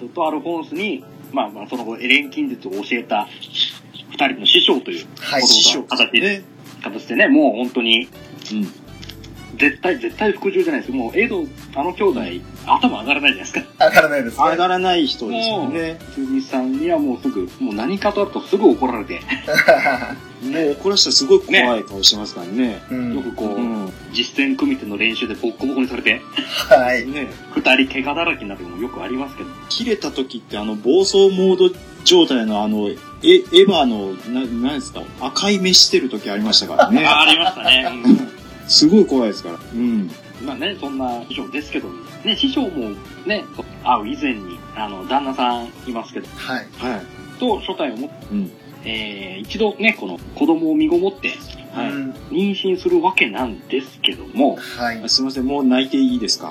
ドとアルフォンスに、その後、錬金術を教えた二人の師匠ということが形でね、もう本当に、絶対服従じゃないですけど、もう、あの兄弟、頭上がらないじゃないですか。 上がらないですね。 上がらない人ですよね。 辻さんにはもうすぐ、もう何かとあるとすぐ怒られて。 もう怒らしたらすごい怖い顔してますからね。 よくこう、実践組手の練習でボッコボコにされて。 はい。 ね、二人怪我だらけになるのもよくありますけど。 切れた時って暴走モード状態のエヴァの、何ですか、赤い目してる時ありましたからね。 ありましたね。 すごい怖いですから。 まあね、そんな師匠ですけど、ね、師匠もね、会う以前に、旦那さんいますけど、 はい。 と初対を持って、一度ね、この子供を身ごもって、妊娠するわけなんですけども、 はい。 すいません、もう泣いていいですか？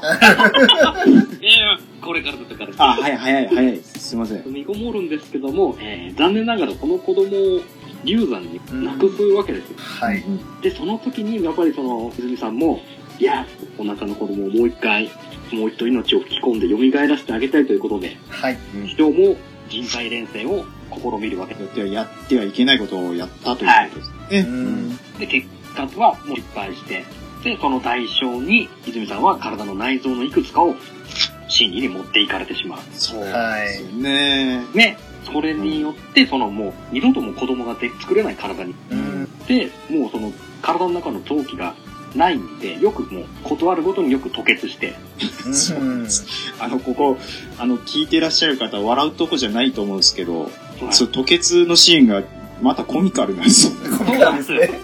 これからだったから。 早い。すいません。 身ごもるんですけども、残念ながらこの子供を流産に亡くすわけですよ。 はい。 で、その時にやっぱり泉さんも、いや、お腹の子供をもう一度命を吹き込んで蘇らせてあげたいということで、 はい。 師匠も人体錬成を試みるわけです。 やってはいけないことをやったということですね。 で、結果はもう失敗して、で、その代償に泉さんは体の内臓のいくつかを真理に持っていかれてしまう。 そうですね。 ね。それによって、もう、二度とも子供が作れない体に。で、もう体の中の臓器がないんで、よくもう、断るごとによく吐血して。 そうです。ここ、聞いてらっしゃる方、笑うとこじゃないと思うんですけど、吐血のシーンが、またコミカルなんですよ。 コミカルですね。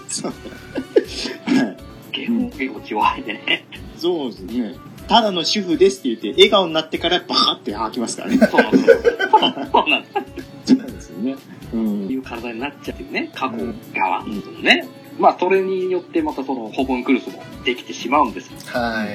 ゲホ血を吐いてね。 そうですね。ただの主婦ですって言って、笑顔になってからバーって吐きますからね。 そうなんですよ。 そうなんですよね。 いう体になっちゃってね、過去側のね。それによってまたホブンクルスもできてしまうんです。 はい。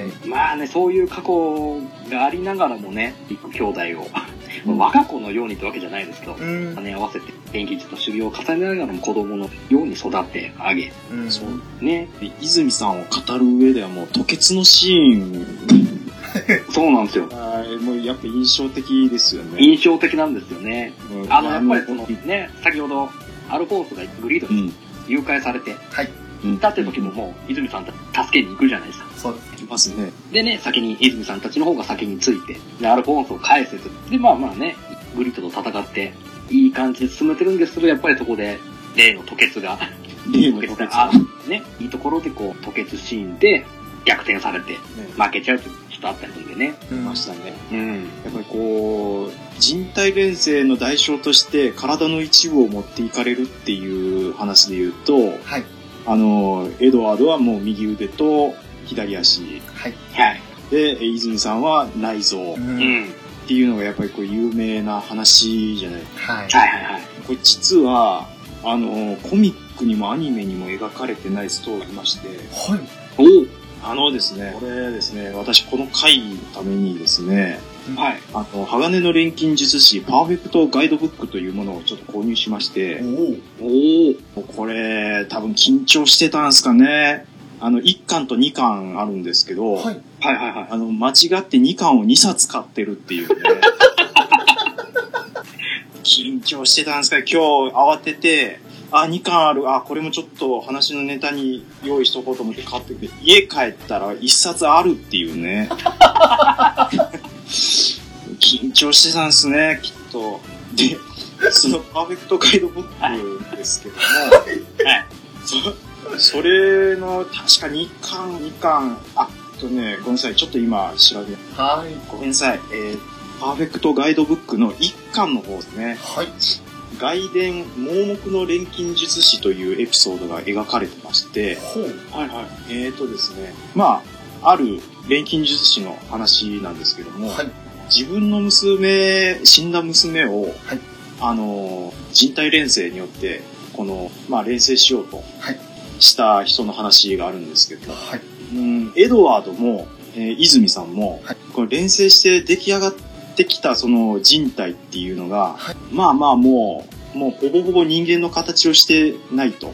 そういう過去がありながらもね、ビッグ兄弟を、我が子のようにってわけじゃないですけど、金合わせて錬金術の修行を重ねながらも子供のように育ってあげ、 そうね。 泉さんを語る上ではもう吐血のシーン、 そうなんですよ。 もうやっぱ印象的ですよね。 印象的なんですよね。やっぱりね、先ほどアルフォースがグリードに誘拐されて、いたって時ももう泉さんたち助けに行くじゃないですか。 そうです。 いますね。 でね、泉さんたちの方が先について、で、アルフォンスを返せと。で、ね、グリッドと戦って、いい感じで進めてるんですけど、やっぱりそこで、例の吐血が、ね、いいところで吐血シーンで逆転されて、負けちゃうとちょっとあったりするんでね。 いましたね。やっぱり人体錬成の代償として体の一部を持っていかれるっていう話で言うと、 はい。 エドワードはもう右腕と左足。 はい。 で、泉さんは内臓。っていうのがやっぱり有名な話じゃないですか。 はい。 これ実は、コミックにもアニメにも描かれてないストーリーがありまして。 はい。 ですね、これですね、私この回のためにですね、 はい。 鋼の錬金術師パーフェクトガイドブックというものをちょっと購入しまして、これ多分緊張してたんですかね。1巻と2巻あるんですけど、間違って2巻を2冊買ってるっていうね。緊張してたんですか、今日慌てて、2巻ある、これもちょっと話のネタに用意しとこうと思って買ってきて、家帰ったら1冊あるっていうね。緊張してたんですね、きっと。で、そのパーフェクトガイドブックですけども、それの確か2巻、ごめんなさい、ちょっと今調べはい。 ごめんなさい、パーフェクトガイドブックの1巻の方ですね。 はい。 外伝盲目の錬金術師というエピソードが描かれてまして、ですね、ある錬金術師の話なんですけども、自分の死んだ娘を、人体錬成によって、錬成しようとした人の話があるんですけど、エドワードも、泉さんも、これ錬成して出来上がってきたその人体っていうのが、もうほぼほぼ人間の形をしてないと。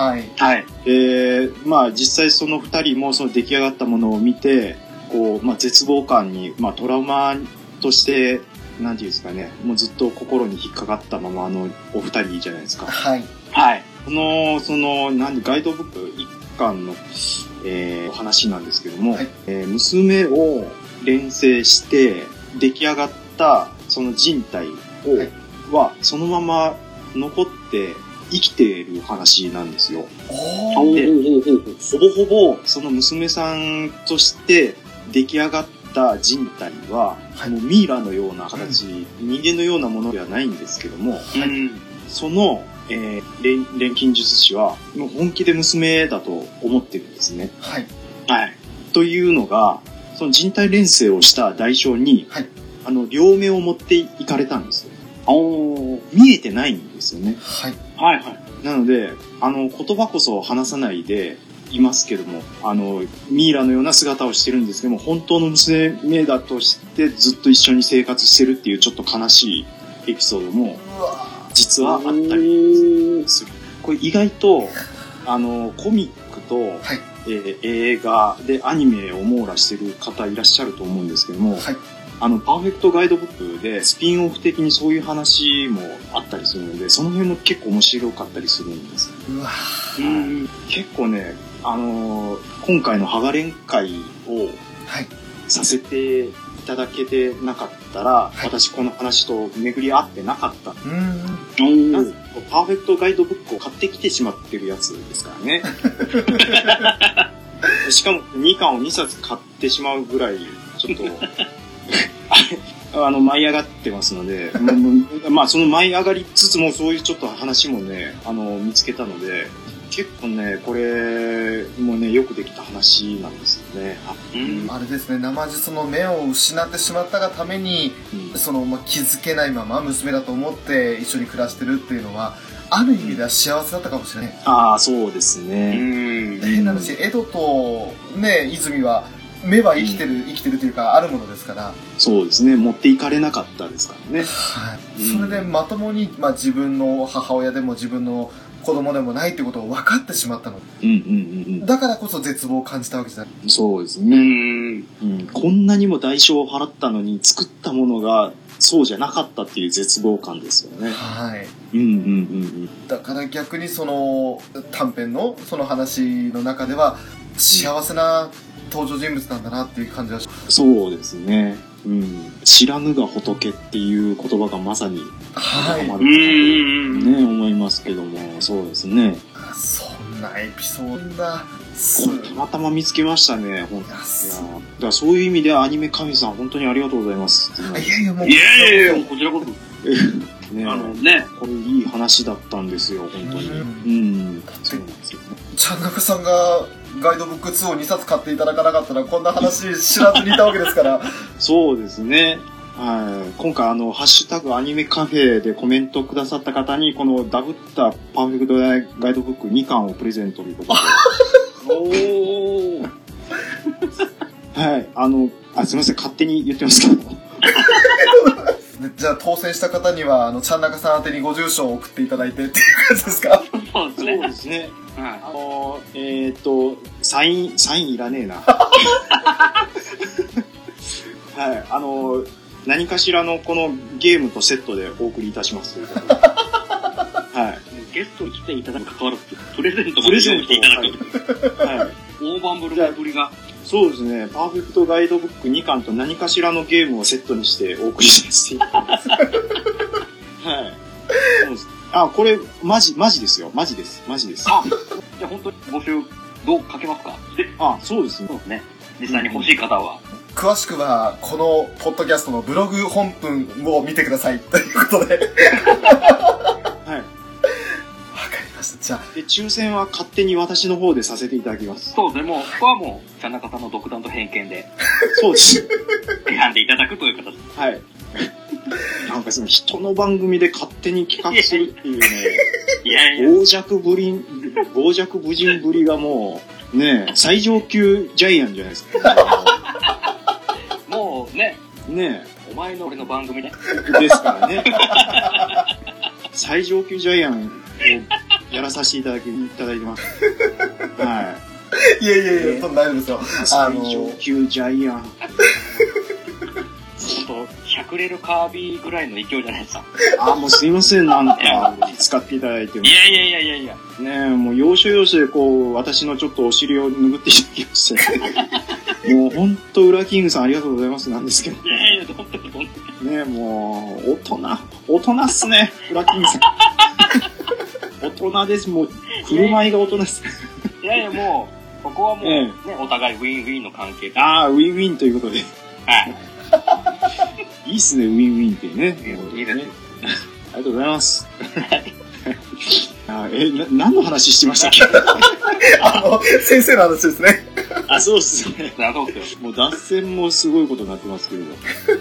実際その二人もその出来上がったものを見て、絶望感に、トラウマとしてなんていうんですかね、もうずっと心に引っかかったままのお二人じゃないですか。 はい。 はい。 ガイドブック一巻の、お話なんですけども、 はい、 娘を錬成して出来上がったその人体はそのまま残って生きている話なんですよ。で、ほぼほぼその娘さんとして出来上がった人体は、もうミイラのような形、人間のようなものではないんですけども、その、錬金術師はもう本気で娘だと思ってるんですね。 はい。 はい。というのが、その人体錬成をした代償に、 はい、 両目を持っていかれたんですよ。見えてないんですよね。 はい。 はいはい。 なので、言葉こそ話さないでいますけども、ミイラのような姿をしてるんですけども、本当の娘だとしてずっと一緒に生活してるっていうちょっと悲しいエピソードも、実はあったりする。これ意外と、コミックと、 はい、 映画でアニメを網羅してる方いらっしゃると思うんですけども、 はい、 パーフェクトガイドブックでスピンオフ的にそういう話もあったりするので、その辺も結構面白かったりするんです。 うわ結構ね、今回のハガレン会をさせていただけてなかったら、はい、私この話と巡り合ってなかった。なぜパーフェクトガイドブックを買ってきてしまってるやつですからね。しかも2巻を2冊買ってしまうぐらい、ちょっと、舞い上がってますので、まあその舞い上がりつつもそういうちょっと話もね、見つけたので、結構ね、これもね、よくできた話なんですよね。 あれですね、生地その目を失ってしまったがために、気づけないまま娘だと思って一緒に暮らしてるっていうのは、ある意味では幸せだったかもしれない。 ああ、そうですね。 変な話、江戸とね、泉は、目は生きてるというか、あるものですから。 そうですね、持っていかれなかったですからね。 はい。それでまともに、自分の母親でも自分の子供でもないってことを分かってしまったの。だからこそ絶望を感じたわけじゃない。 そうですね。こんなにも代償を払ったのに作ったものがそうじゃなかったっていう絶望感ですよね。 はい。だから逆にその短編のその話の中では幸せな登場人物なんだなっていう感じはします。 そうですね。知らぬが仏っていう言葉がまさにはいね、思いますけども、そうですね。 そんなエピソードだ。 たまたま見つけましたね、本当に。だからそういう意味ではアニメ神さん本当にありがとうございます。 いやいや、もう。 いやいや、こちらこそ。 ね、これいい話だったんですよ、本当に。そうなんですよね。 ちゃんなかさんがガイドブック2を2冊買っていただかなかったらこんな話知らずにいたわけですから。 そうですね。今回ハッシュタグアニメカフェでコメントくださった方にこのダブったパーフェクトガイドブック2巻をプレゼントということで。はい。すいません、勝手に言ってますけど。 じゃあ当選した方にはちゃんなかさん宛てにご住所を送っていただいてっていう感じですか？ そうですね。サインいらねえな。はい、何かしらのこのゲームとセットでお送りいたしますということで。はい。 ゲストに来ていただく関わらず、プレゼントもしていただく。 はい。 大盤振る舞いぶりが。 そうですね。パーフェクトガイドブック2巻と何かしらのゲームをセットにしてお送りさせていただきます。はい。これ、マジですよ。マジです。じゃあ本当に募集、どうかけますか？ そうですね。 そうですね。実際に欲しい方は。 詳しくは、このポッドキャストのブログ本文を見てください。ということで。 はい。 わかりました。じゃあ。 で、抽選は勝手に私の方でさせていただきます。 そうですね。もう、ここはもう、田中さんの独断と偏見で。 そうです。 選んでいただくという形。 はい。なんかその人の番組で勝手に企画するっていうね。 いや。 傍若無人ぶりがもう、ね、最上級ジャイアンじゃないですか。 もうね。 ねお前の俺の番組ね。 ですからね。最上級ジャイアンをやらさせていただいてます。はい。 いや、そんな大丈夫ですよ。 最上級ジャイアン。 100 隠れるカービィぐらいの勢いじゃないですか。 もうすいません、なんか、使っていただいても。 いや。ねえ、もう要所要所でこう、私のちょっとお尻を拭っていただきまして。もうほんと、ウラキングさんありがとうございますなんですけど。 いや、どんどん。 ねえ、もう、大人っすね、ウラキングさん。大人です、もう、振る舞いが大人です。 いや、もう、ここはもう、ね、お互いウィンウィンの関係で。 ウィンウィンということで。 はい。 いいっすね、ウィンウィンってね。 いいですね。 ありがとうございます。何の話してましたっけ？ 先生の話ですね。 そうっすね。 そうっすよ。 もう脱線もすごいことになってますけれど。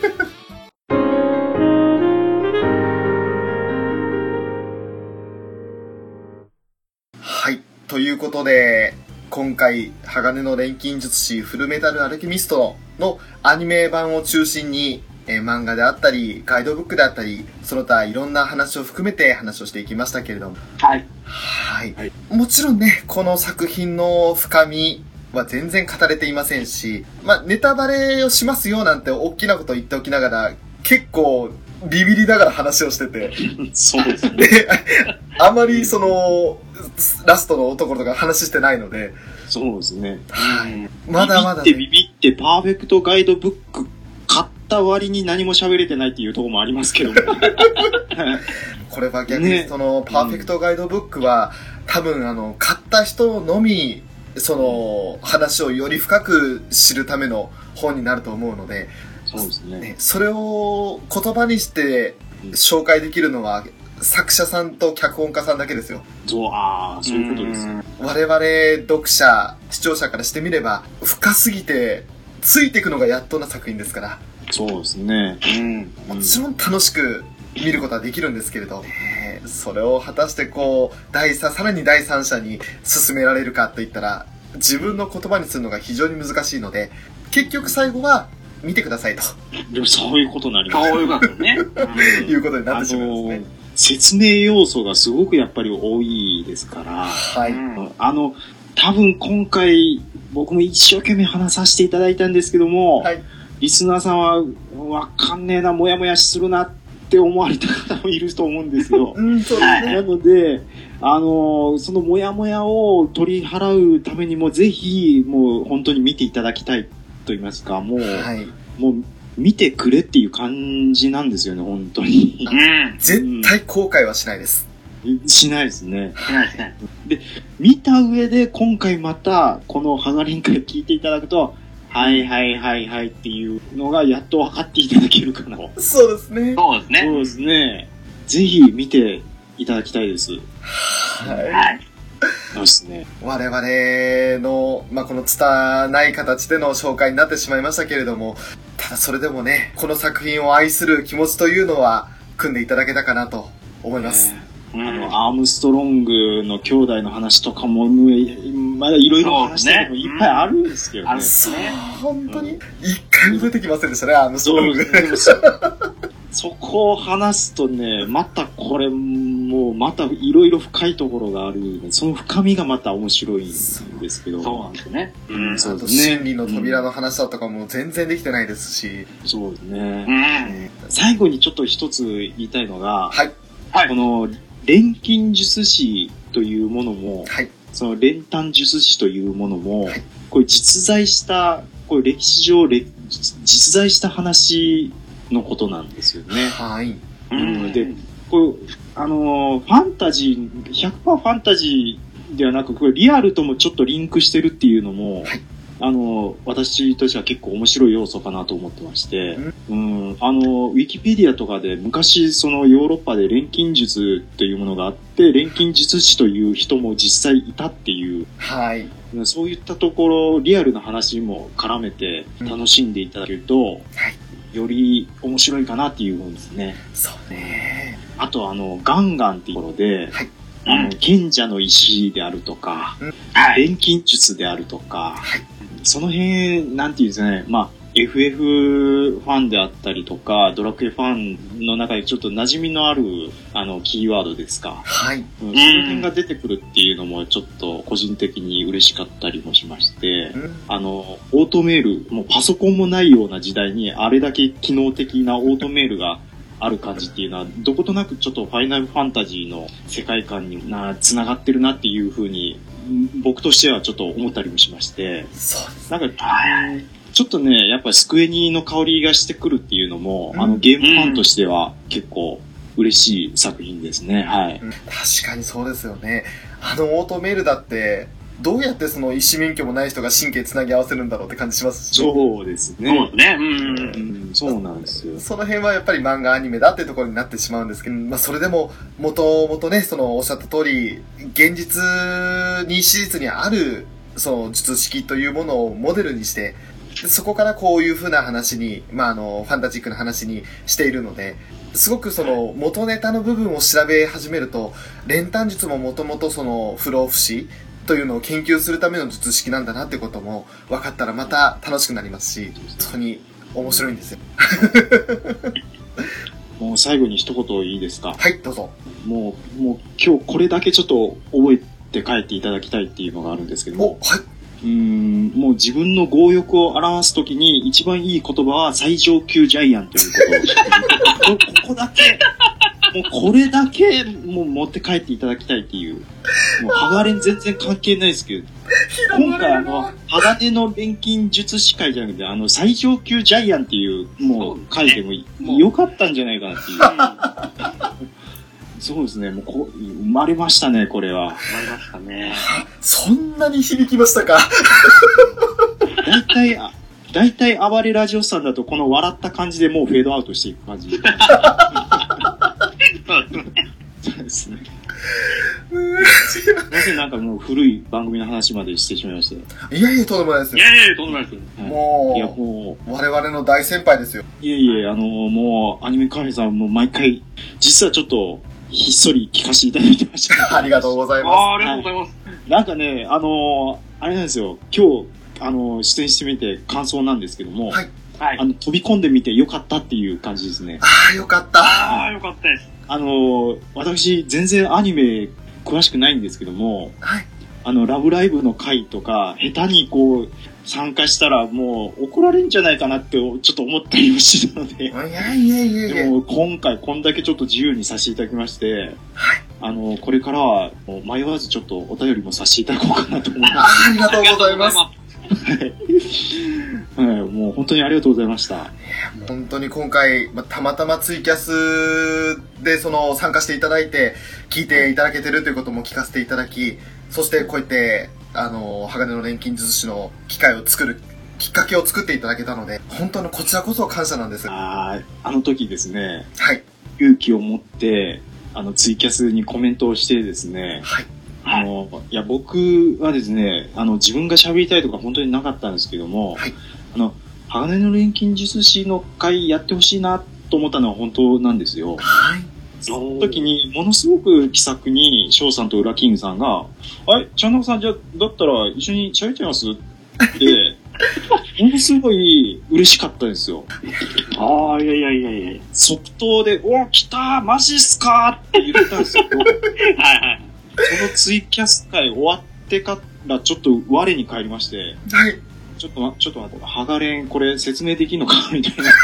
はい。ということで、今回、鋼の錬金術師フルメタルアルケミストのアニメ版を中心に、漫画であったり、ガイドブックであったり、その他いろんな話を含めて話をしていきましたけれども。 はい。 はい。もちろんね、この作品の深みは全然語れていませんし、ネタバレをしますよなんて大きなこと言っておきながら、結構ビビりながら話をしてて。 そうですね。 で、あまりラストのところとか話してないので。 そうですね。 はい。まだまだ、 ね。ビビってパーフェクトガイドブック買った割に何も喋れてないっていうところもありますけども。 これは逆にパーフェクトガイドブックは、多分買った人のみ、話をより深く知るための本になると思うので、 そうですね。 それを言葉にして紹介できるのは、作者さんと脚本家さんだけですよ。 そういうことです。 我々読者、視聴者からしてみれば、深すぎて、ついていくのがやっとな作品ですから。 そうですね。 もちろん楽しく見ることはできるんですけれど、それを果たしてさらに第三者に進められるかといったら、自分の言葉にするのが非常に難しいので、結局最後は見てくださいと。 でもそういうことになります。 そういうことね。 いうことになってしまいますね。 説明要素がすごくやっぱり多いですから、 はい。 多分今回僕も一生懸命話させていただいたんですけども、はい、リスナーさんはわかんねえな、もやもやするなって思われた方もいると思うんですよ。 そうですね。 なので、そのもやもやを取り払うためにもぜひもう本当に見ていただきたいと言いますか、もう、はい、もう見てくれっていう感じなんですよね、本当に。 絶対後悔はしないです。 しないですね。 しないですね。 で、見た上で今回またこのハガリンから聞いていただくと、はいっていうのがやっと分かっていただけるかな。 そうですね。 そうですね。 そうですね。ぜひ見ていただきたいです。 はい。 そうですね。 我々の、この拙い形での紹介になってしまいましたけれども、ただそれでもね、この作品を愛する気持ちというのは、組んでいただけたかなと思います。 アームストロングの兄弟の話とかも、まだいろいろ話したいのもいっぱいあるんですけどね。 そう、本当に。一回も出てきませんでしたね、アームストロング。 そこを話すとね、またこれもうまたいろいろ深いところがある。その深みがまた面白いんですけど。 そうなんですね。 そうですね。真理の扉の話だとかも全然できてないですし。 そうですね。最後にちょっと一つ言いたいのが、 はい。 この錬金術師というものも、 はい、 その練炭術師というものも、はい、これ実在した、これ歴史上実在した話のことなんですよね。 はい。 で、これファンタジー、100% ファンタジーではなく、これリアルともちょっとリンクしてるっていうのも、はい、私としては結構面白い要素かなと思ってまして、ウィキペディアとかで昔そのヨーロッパで錬金術というものがあって、錬金術師という人も実際いたっていう、 はい、 そういったところ、リアルな話も絡めて楽しんでいただけると、はい、より面白いかなっていうものですね。 そうね。 あとガンガンっていうところで、はい、賢者の石であるとか、錬金術であるとか、はい、その辺、なんていうんですかね、 FF ファンであったりとか、ドラクエファンの中でちょっと馴染みのある、キーワードですか。 はい。 その辺が出てくるっていうのもちょっと個人的に嬉しかったりもしまして、オートメール、もうパソコンもないような時代にあれだけ機能的なオートメールがある感じっていうのは、どことなくちょっとファイナルファンタジーの世界観に繋がってるなっていう風に、僕としてはちょっと思ったりもしまして、 そうです。 なんか、ちょっとね、やっぱりスクエニの香りがしてくるっていうのも、ゲームファンとしては結構嬉しい作品ですね。はい。 確かにそうですよね。オートメールだって、どうやってその医師免許もない人が神経つなぎ合わせるんだろうって感じしますし、 ね。そうですね。 そうですね。 そうなんですよ。 その辺はやっぱり漫画アニメだっていうところになってしまうんですけど、まあそれでも、もともとね、おっしゃった通り、現実に史実にある、術式というものをモデルにして、そこからこういう風な話に、ファンタジックな話にしているので、すごく元ネタの部分を調べ始めると、練炭術ももともと不老不死というのを研究するための術式なんだなってことも分かったらまた楽しくなりますし、本当に面白いんですよ。 もう最後に一言いいですか？ はい、どうぞ。 もう今日これだけちょっと覚えて帰っていただきたいっていうのがあるんですけども。 はい。 もう自分の強欲を表すときに一番いい言葉は最上級ジャイアンということをここだけ、もうこれだけもう持って帰っていただきたいっていう。もうハガレン全然関係ないですけど、今回鋼の錬金術師会じゃなくて、最上級ジャイアンっていう、もう書いても良かったんじゃないかなっていう。そうですね、もう生まれましたね、これは。 生まれましたね。 そんなに響きましたか？ 大体暴れラジオさんだとこの笑った感じでもうフェードアウトしていく感じ。そうですね。なぜなんかもう古い番組の話までしてしまいました。 いやいや、とんでもないですよ。 とんでもないですよ。 もう、我々の大先輩ですよ。 もう、アニメカフェさんも毎回、実はちょっと、ひっそり聞かせていただいてました。 ありがとうございます。 ありがとうございます。 なんかね、あれなんですよ、今日、出演してみて感想なんですけども、 はい。 飛び込んでみてよかったっていう感じですね。 よかった。 よかったです。 私、全然アニメ詳しくないんですけども、 はい。 ラブライブの回とか、下手にこう、参加したらもう怒られるんじゃないかなってちょっと思ったりもしたので。 いや。 でも今回こんだけちょっと自由にさせていただきまして、 はい。 これからはもう迷わずちょっとお便りもさせていただこうかなと思います。 ありがとうございます。 はい、もう本当にありがとうございました。 本当に今回、たまたまツイキャスで参加していただいて、聞いていただけてるということも聞かせていただき、そしてこうやって、鋼の錬金術師の機会を作る、きっかけを作っていただけたので、本当にこちらこそ感謝なんです。 あの時ですね、 はい。 勇気を持って、ツイキャスにコメントをしてですね、 はい。 いや、僕はですね、自分が喋りたいとか本当になかったんですけども、 はい。 鋼の錬金術師の会やってほしいなと思ったのは本当なんですよ。 はい。 その時に、ものすごく気さくに、翔さんとウラキングさんが、ちゃんなこさん、じゃあ、だったら一緒に喋っちゃいますって、ものすごい嬉しかったですよ。 いや。 即答で、来たーマジっすかーって言ったんですけど、 はい。 そのツイキャス会終わってからちょっと我に返りまして、 はい。 ちょっと待って、ハガレンこれ説明できんのかみたいな。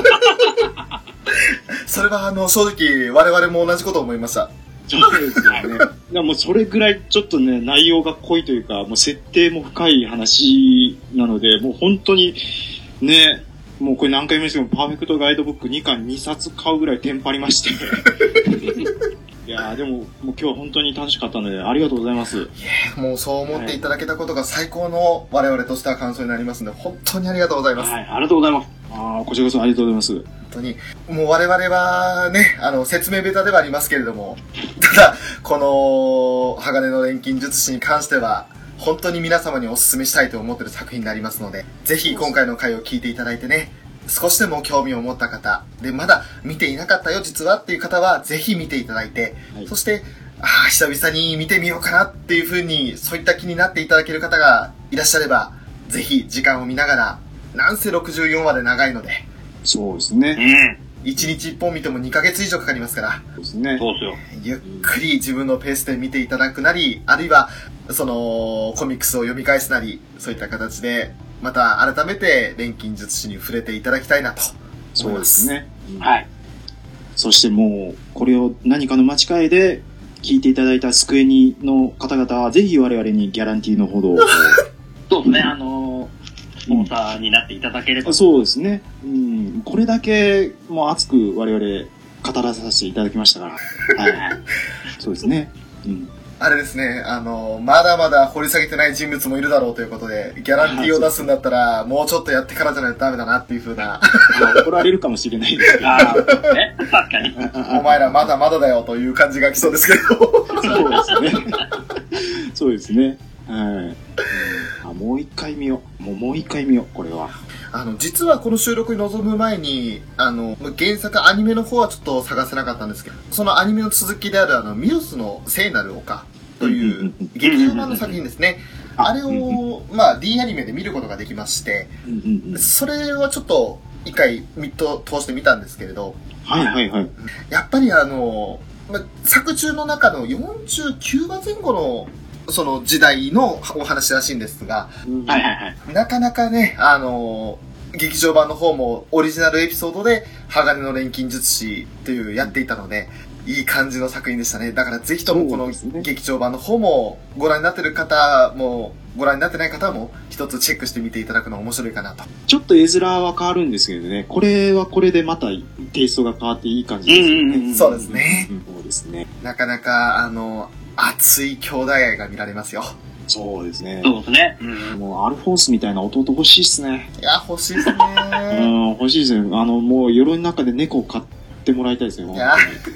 それは正直我々も同じことを思いました。 そうですよね。でもそれぐらいちょっとね、内容が濃いというか、もう設定も深い話なので、もう本当にね、もうこれ何回も言いますけど、パーフェクトガイドブック2巻2冊買うぐらいテンパりまして。いやーでも、もう今日は本当に楽しかったので、ありがとうございます。 もうそう思っていただけたことが最高の我々としては感想になりますので、本当にありがとうございます。 はい、ありがとうございます。 こちらこそありがとうございます。 本当に、もう我々はね、説明ベタではありますけれども、ただ、この、鋼の錬金術師に関しては、本当に皆様にお勧めしたいと思っている作品になりますので、ぜひ今回の回を聞いていただいてね、少しでも興味を持った方、で、まだ見ていなかったよ、実はっていう方は、ぜひ見ていただいて、はい、そして、久々に見てみようかなっていう風に、そういった気になっていただける方がいらっしゃれば、ぜひ時間を見ながら、 なんせ64話で長いので。 そうですね。 1日1本見ても2ヶ月以上かかりますから。 そうですね。 そうですよ。 ゆっくり自分のペースで見ていただくなり、あるいは、その、コミックスを読み返すなり、そういった形で、また改めて錬金術師に触れていただきたいなと思います。 そうですね。 はい。 そしてもう、これを何かの間違いで聞いていただいたスクエニの方々は、ぜひ我々にギャランティーのほどを。 そうですね、スポンサーになっていただければ。 そうですね。これだけ、もう熱く我々語らさせていただきましたから。はい。そうですね。 あれですね、まだまだ掘り下げてない人物もいるだろうということで、ギャランティーを出すんだったら、もうちょっとやってからじゃないとダメだなっていう風な。 怒られるかもしれないですけど。 ね、確かに。 お前らまだまだだよという感じが来そうですけど。 そうですね。そうですね。はい。もう一回見よう。もう一回見よう、これは。 実はこの収録に臨む前に、原作アニメの方はちょっと探せなかったんですけど、そのアニメの続きであるミオスの聖なる丘という劇場版の作品ですね。あれを、D アニメで見ることができまして、それはちょっと一回通してみたんですけれど、 はいはいはい。 やっぱり作中の中の49話前後のその時代のお話らしいんですが、なかなかね、劇場版の方もオリジナルエピソードで鋼の錬金術師というやっていたので、いい感じの作品でしたね。だからぜひともこの劇場版の方もご覧になってる方も、ご覧になってない方も一つチェックしてみていただくのが面白いかなと。 ちょっと絵面は変わるんですけどね、これはこれでまたテイストが変わっていい感じですよね。 そうですね。 そうですね。 なかなか熱い兄弟愛が見られますよ。 そうですね。 そうですね。 もうアルフォンスみたいな弟欲しいっすね。 いや、欲しいっすね。 欲しいですね。もう鎧の中で猫を飼ってもらいたいですよ。いや。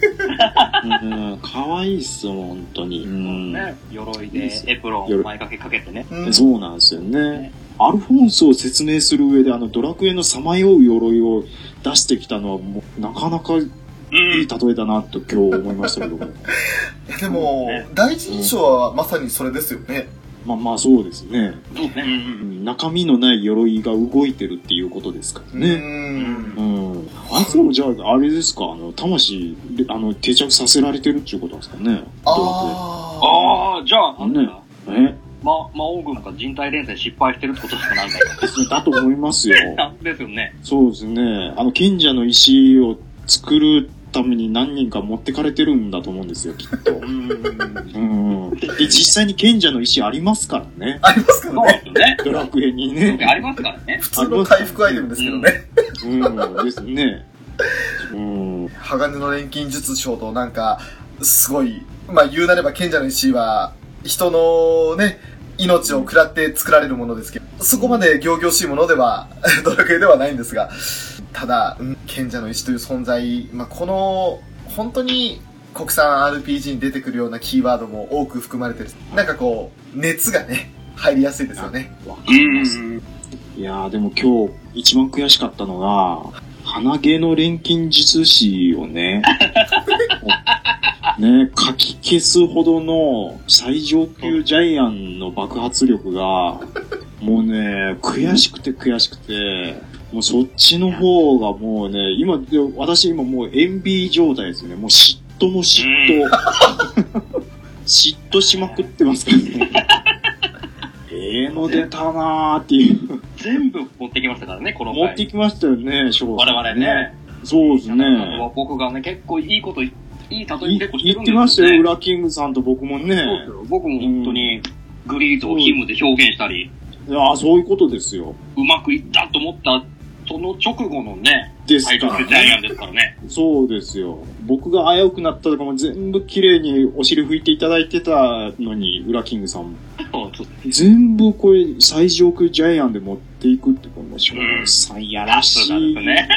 可愛いっすよ、本当に。 鎧でエプロンを前掛けかけてね。 そうなんですよね。アルフォンスを説明する上でドラクエのさまよう鎧を出してきたのはもうなかなかいい例えだなと今日思いましたけども。 でも、第一印象はまさにそれですよね。 まあそうですね。中身のない鎧が動いてるっていうことですからね。あいつもじゃああれですか、魂定着させられてるっていうことですかね。 ああ、じゃあなんだよ。魔王軍が人体連載失敗してるってことですか、なんか。 だと思いますよ。 ですよね。 そうですね。賢者の石を作るために何人か持ってかれてるんだと思うんですよ、きっと。で、実際に賢者の石ありますからね。 ありますからね。 ドラクエにね。 ありますからね。 普通の回復アイテムですけどね。 ですね。 鋼の錬金術師となんか、すごい、言うなれば賢者の石は、人のね、命を食らって作られるものですけど、そこまで仰々しいものでは、ドラクエではないんですが、ただ、賢者の石という存在、この、本当に国産 RPG に出てくるようなキーワードも多く含まれてる。なんかこう、熱がね、入りやすいですよね。 わかります。いやー、でも今日一番悔しかったのが、花毛の錬金術師をね、かき消すほどの最上級ジャイアンの爆発力が、もうね、悔しくて、もうそっちの方がもうね、私今もうエンビー状態ですよね。もう嫉妬も嫉妬。嫉妬しまくってますからね。の出たなーっていう。 全部持ってきましたからね、この回。 持ってきましたよね、翔我々ね。 そうですね。 僕がね、結構いいこと、いい例え結構してるんですよ、ね。 言ってましたよ、ウラキングさんと僕もね。そうですよ。僕も本当に、グリーとヒムで表現したり。 いやそういうことですよ。 うまくいったと思った、その直後のね、 ですからね。 ジャイアンですからね。 そうですよ。僕が危うくなったとかも全部綺麗にお尻拭いていただいてたのに、ウラキングさんも。全部これ最上級ジャイアンで持っていくってこの翔さんやらしい。 ね、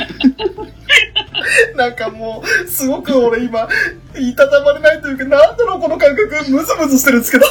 なんかもう、すごく俺今、いたたまれないというか、なんだろうこの感覚、ムズムズしてるんですけど。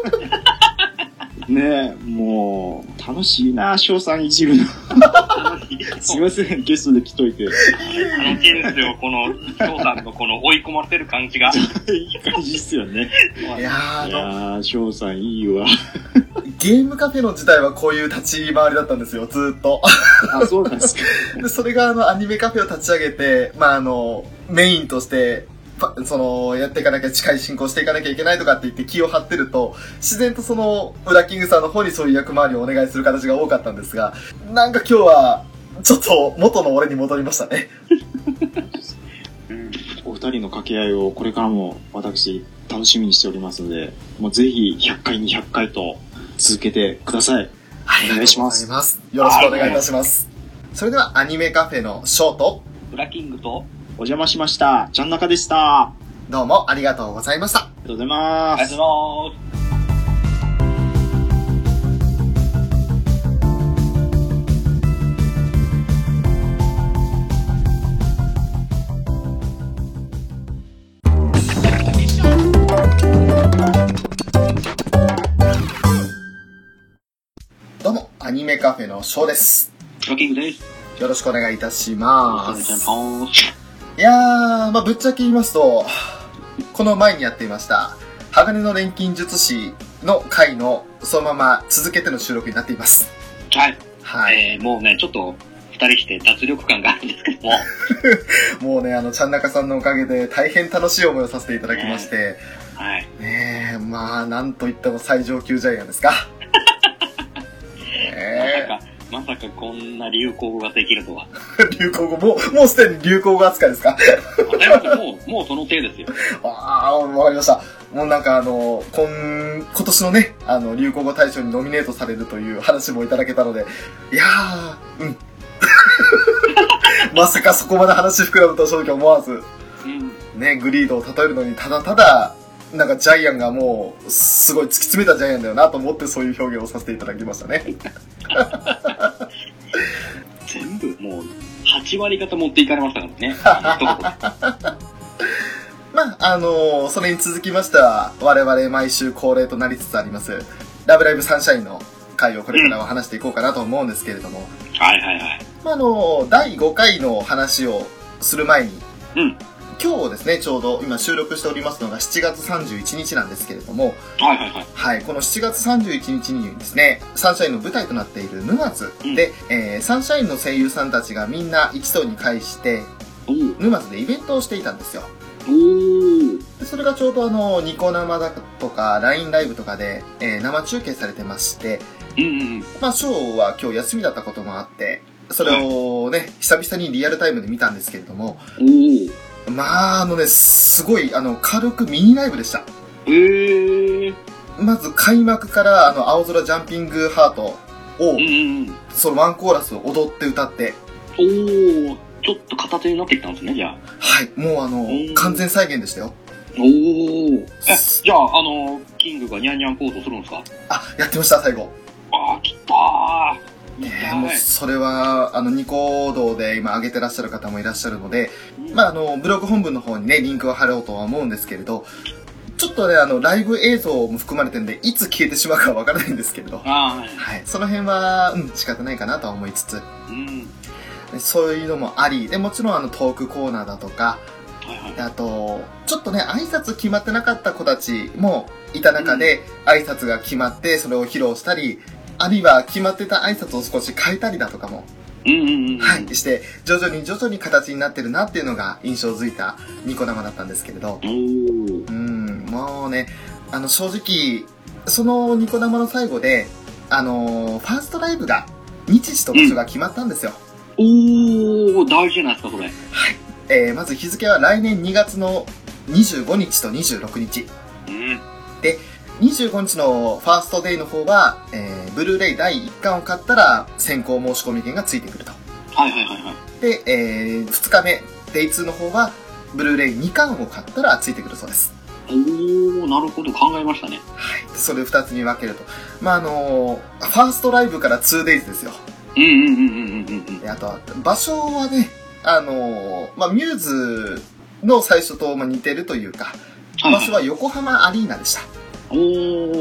ねえ、もう、楽しいな、翔さんいじるの。 楽しい。 すいません、ゲストで来といて。 楽しいですよ、この、翔さんのこの追い込まれてる感じが。 いい感じっすよね。 いやー、翔さんいいわ。 ゲームカフェの時代はこういう立ち回りだったんですよ、ずーっと。 あ、そうなんですか。 で、それがアニメカフェを立ち上げて、メインとして、やっていかなきゃ、近い進行していかなきゃいけないとかって言って気を張ってると、自然とウラキングさんの方にそういう役回りをお願いする形が多かったんですが、なんか今日は、ちょっと元の俺に戻りましたね。 お二人の掛け合いをこれからも私楽しみにしておりますので、もうぜひ100回、200回と続けてください。お願いします。 よろしくお願いいたします。それではアニメカフェのショート、 ウラキングと、 お邪魔しました。ちゃんなかでした。 どうもありがとうございました。 ありがとうございます。 ありがとうございます。 どうもアニメカフェのショーです。 ウラキングです。 よろしくお願いいたします。いやー、ぶっちゃけ言いますと、この前にやっていました、鋼の錬金術師の回のそのまま続けての収録になっています。 はい。 はい。 もうね、ちょっと、二人して脱力感があるんですけども。 もうね、ちゃんなかさんのおかげで大変楽しい思いをさせていただきまして、 はい。 ねえ、なんといっても最上級ジャイアンですか。 まさかこんな流行語ができるとは。 流行語、もうすでに流行語扱いですか？ もうその程ですよ。 ああ、わかりました。もうなんか今年のね、流行語大賞にノミネートされるという話もいただけたので、いやー、うん。まさかそこまで話膨らむと正直思わず、ね、グリードを例えるのにただただ、なんかジャイアンがもう、すごい突き詰めたジャイアンだよなと思ってそういう表現をさせていただきましたね。 全部もう、8割方持っていかれましたからね。 それに続きましては、我々毎週恒例となりつつあります、ラブライブサンシャインの回をこれからは話していこうかなと思うんですけれども。 はいはいはい。 第5回の話をする前に、今日ですね、ちょうど今収録しておりますのが7月31日なんですけれども、はい、この7月31日にですね、サンシャインの舞台となっている沼津で、サンシャインの声優さんたちがみんな一堂に会して、沼津でイベントをしていたんですよ。でそれがちょうどニコ生だとか LINE ライブとかで、生中継されてまして、ショーは今日休みだったこともあって、それをね、久々にリアルタイムで見たんですけれども、すごい、軽くミニライブでした。まず開幕から、青空ジャンピングハートを、そのワンコーラスを踊って歌って。 ちょっと片手になってきたんですね、じゃあ。 はい、もう完全再現でしたよ。 じゃあ、キングがニャンニャンポーズするんですか？ やってました、最後。 来たー。 もうそれはニコ動で今上げてらっしゃる方もいらっしゃるので、ブログ本文の方にねリンクを貼ろうとは思うんですけれど、ちょっとねライブ映像も含まれてるんでいつ消えてしまうかわからないんですけれど、はい、その辺は仕方ないかなとは思いつつ、そういうのもありで、もちろんトークコーナーだとか、あとちょっとね挨拶決まってなかった子たちもいた中で、挨拶が決まってそれを披露したり、あるいは決まってた挨拶を少し変えたりだとかも、して、徐々に形になってるなっていうのが印象づいたニコ生だったんですけれど、もうね、正直、そのニコ生の最後で、ファーストライブが、日時と場所が決まったんですよ。 大事じゃないですか、これ。 はい。まず日付は来年2月の25日と26日。で、25日のファーストデイの方は、ブルーレイ第1巻を買ったら先行申し込み券がついてくると。で、2日目、デイ2の方は、ブルーレイ2巻を買ったらついてくるそうです。 なるほど、考えましたね。 はい。それ2つに分けると。ファーストライブから 2days ですよ。で、あとは、場所はね、ミューズの最初と似てるというか、場所は横浜アリーナでした。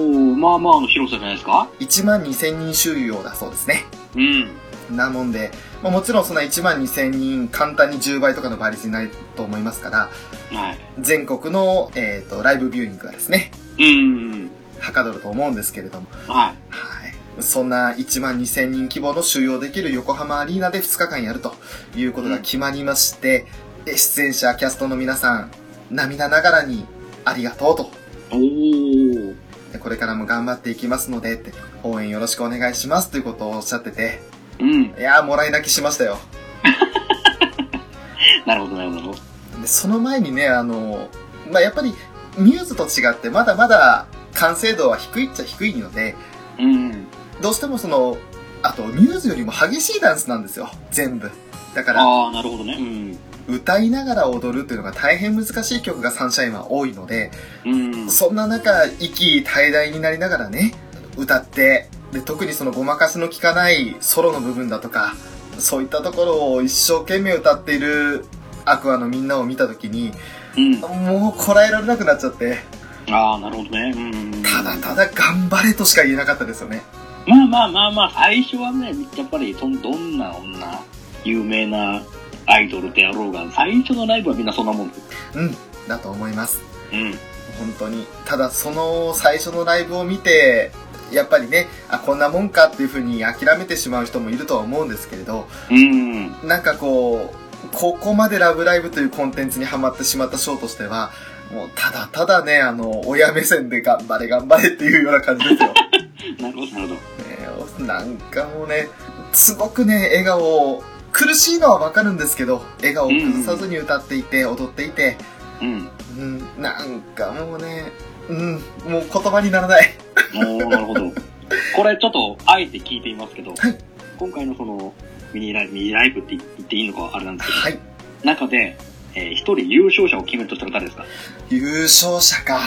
広さじゃないですか？ 12,000 人収容だそうですね。なもんで、 まあ、もちろんそんな1万2000人簡単に10倍とかの倍率になると思いますから、 はい。 全国の、ライブビューイングがですね、はかどると思うんですけれども、 はい。 そんな1万2000人規模の収容できる横浜アリーナで2日間やるということが決まりまして、出演者、キャストの皆さん、涙ながらにありがとうと。でこれからも頑張っていきますのでって、応援よろしくお願いしますということをおっしゃってて、いやー、もらい泣きしましたよ。 なるほど、なるほど。 でその前にね、まあ、やっぱり、ミューズと違ってまだまだ完成度は低いっちゃ低いので、どうしてもあと、ミューズよりも激しいダンスなんですよ、全部。だから、 なるほどね。 歌いながら踊るっていうのが大変難しい曲がサンシャインは多いので、そんな中、息絶え絶えになりながらね、歌って、で、特にごまかしの効かないソロの部分だとか、そういったところを一生懸命歌っているアクアのみんなを見たときに、もうこらえられなくなっちゃって。 なるほどね。 ただただ頑張れとしか言えなかったですよね。 まあ、最初はね、やっぱりどんな女、有名なアイドルであろうが、最初のライブはみんなそんなもんです。 だと思います。本当に。ただその最初のライブを見て、やっぱりね、こんなもんかっていう風に諦めてしまう人もいるとは思うんですけれど、なんかここまでラブライブというコンテンツにハマってしまったショーとしては、もうただただね、親目線で頑張れ頑張れっていうような感じですよ。 なるほど、なるほど。なんかもうね、すごくね、笑顔、苦しいのはわかるんですけど、笑顔を崩さずに歌っていて、踊っていて、なんかもうね、もう言葉にならない。 なるほど。これちょっと、あえて聞いていますけど、今回のミニライブって言っていいのかあれなんですけど、中で、一人優勝者を決めるとしたら誰ですか？ 優勝者か。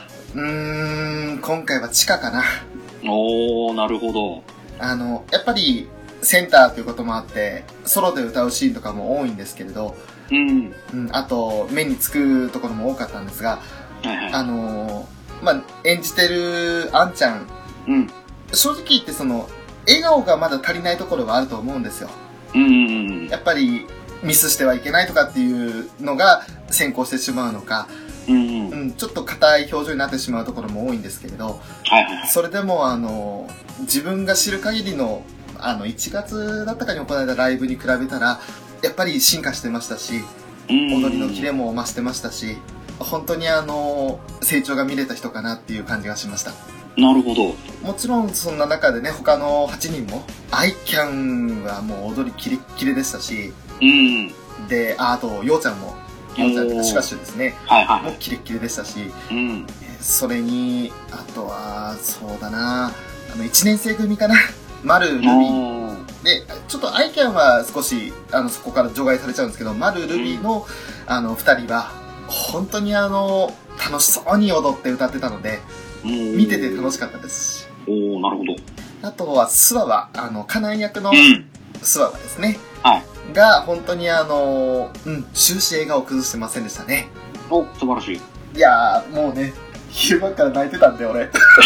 今回はチカかな。 なるほど。 やっぱり、センターということもあって、ソロで歌うシーンとかも多いんですけれど、あと、目につくところも多かったんですが、まあ、演じてるあんちゃん、正直言って笑顔がまだ足りないところはあると思うんですよ。やっぱり、ミスしてはいけないとかっていうのが先行してしまうのか、ちょっと硬い表情になってしまうところも多いんですけれど、それでも自分が知る限りの1月だったかに行われたライブに比べたらやっぱり進化してましたし、踊りのキレも増してましたし、本当に成長が見れた人かなっていう感じがしました。 なるほど。 もちろんそんな中でね、他の8人もアイキャンはもう踊りキレッキレでしたし、で、あとヨウちゃんも、ヨウちゃんってシュカシュですね、もうキレッキレでしたし、それにあとはそうだな、1年生組かな、マルルビーで、ちょっとアイキャンは少しそこから除外されちゃうんですけど、マルルビーの2人は本当に楽しそうに踊って歌ってたので、見てて楽しかったですし。 なるほど。 あとはスワワ、カナン役のスワワですね、が本当に終始笑顔を崩してませんでしたね。 素晴らしい。 いやー、もうね、昼間から泣いてたんで俺。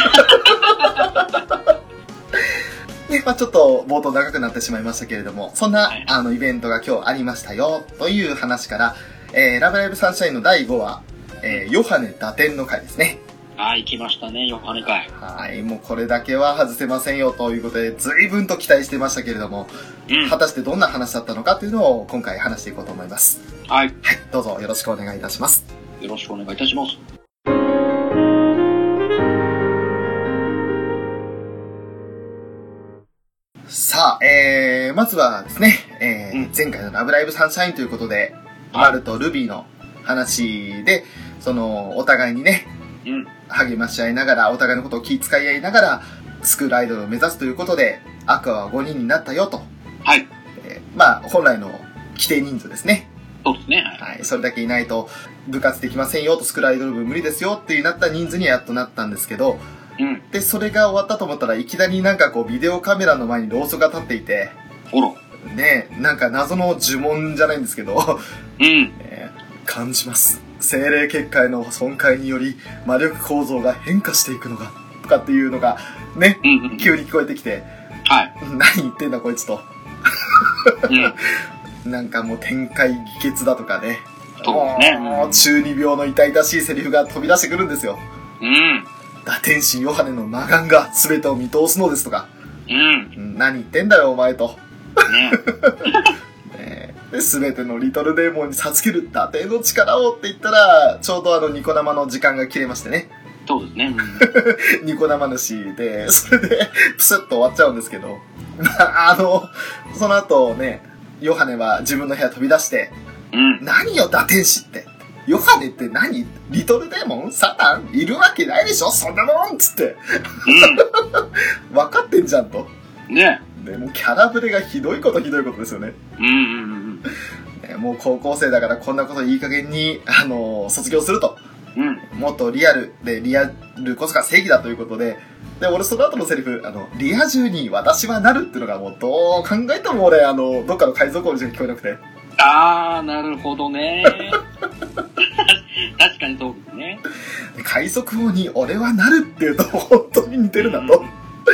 で、ちょっと冒頭長くなってしまいましたけれども、そんな、イベントが今日ありましたよという話から、ラブライブサンシャインの第5話、ヨハネ打点の回ですね。 行きましたね、ヨハネ回。 もうこれだけは外せませんよということで、随分と期待してましたけれども、果たしてどんな話だったのかというのを今回話していこうと思います。どうぞよろしくお願いいたします。 よろしくお願いいたします。 さあ、まずはですね、前回のラブライブサンシャインということで、マルとルビーの話で、お互いにね、励まし合いながら、お互いのことを気遣い合いながら、スクールアイドルを目指すということで、アクアは5人になったよと。本来の規定人数ですね。 そうですね。 それだけいないと部活できませんよと、スクールアイドル部無理ですよってなった人数にやっとなったんですけど、で、それが終わったと思ったらいきなりなんかビデオカメラの前にろうそくが立っていて、ね、なんか謎の呪文じゃないんですけど、感じます。精霊結界の損壊により魔力構造が変化していくのが、とかっていうのがね、急に聞こえてきて、何言ってんだこいつと。 なんかもう展開議決だとかね。 そうですね。 もう中二病の痛々しいセリフが飛び出してくるんですよ。 うん。 打天使ヨハネの魔眼が全てを見通すのですとか。 うん。 何言ってんだよお前と。 ね。 で、全てのリトルデーモンに授ける打天の力をって言ったら、ちょうどニコ生の時間が切れましてね。 そうですね。 ニコ生主で、それで、プスッと終わっちゃうんですけど。その後ね、ヨハネは自分の部屋飛び出して、何よ打天使って。ヨハネって何リトルデーモンサタンいるわけないでしょそんなもんつって。分かってんじゃんと。 ね。 でもうキャラぶれがひどいことですよね。もう高校生だからこんなこといい加減に、卒業すると。もっとリアルで、リアルこそが正義だということで、で、俺その後のセリフ、リア充に私はなるっていうのがもうどう考えても俺、どっかの海賊王にしか聞こえなくて。 なるほどね。確かにそうですね。 海賊王に俺はなるっていうと本当に似てるなと。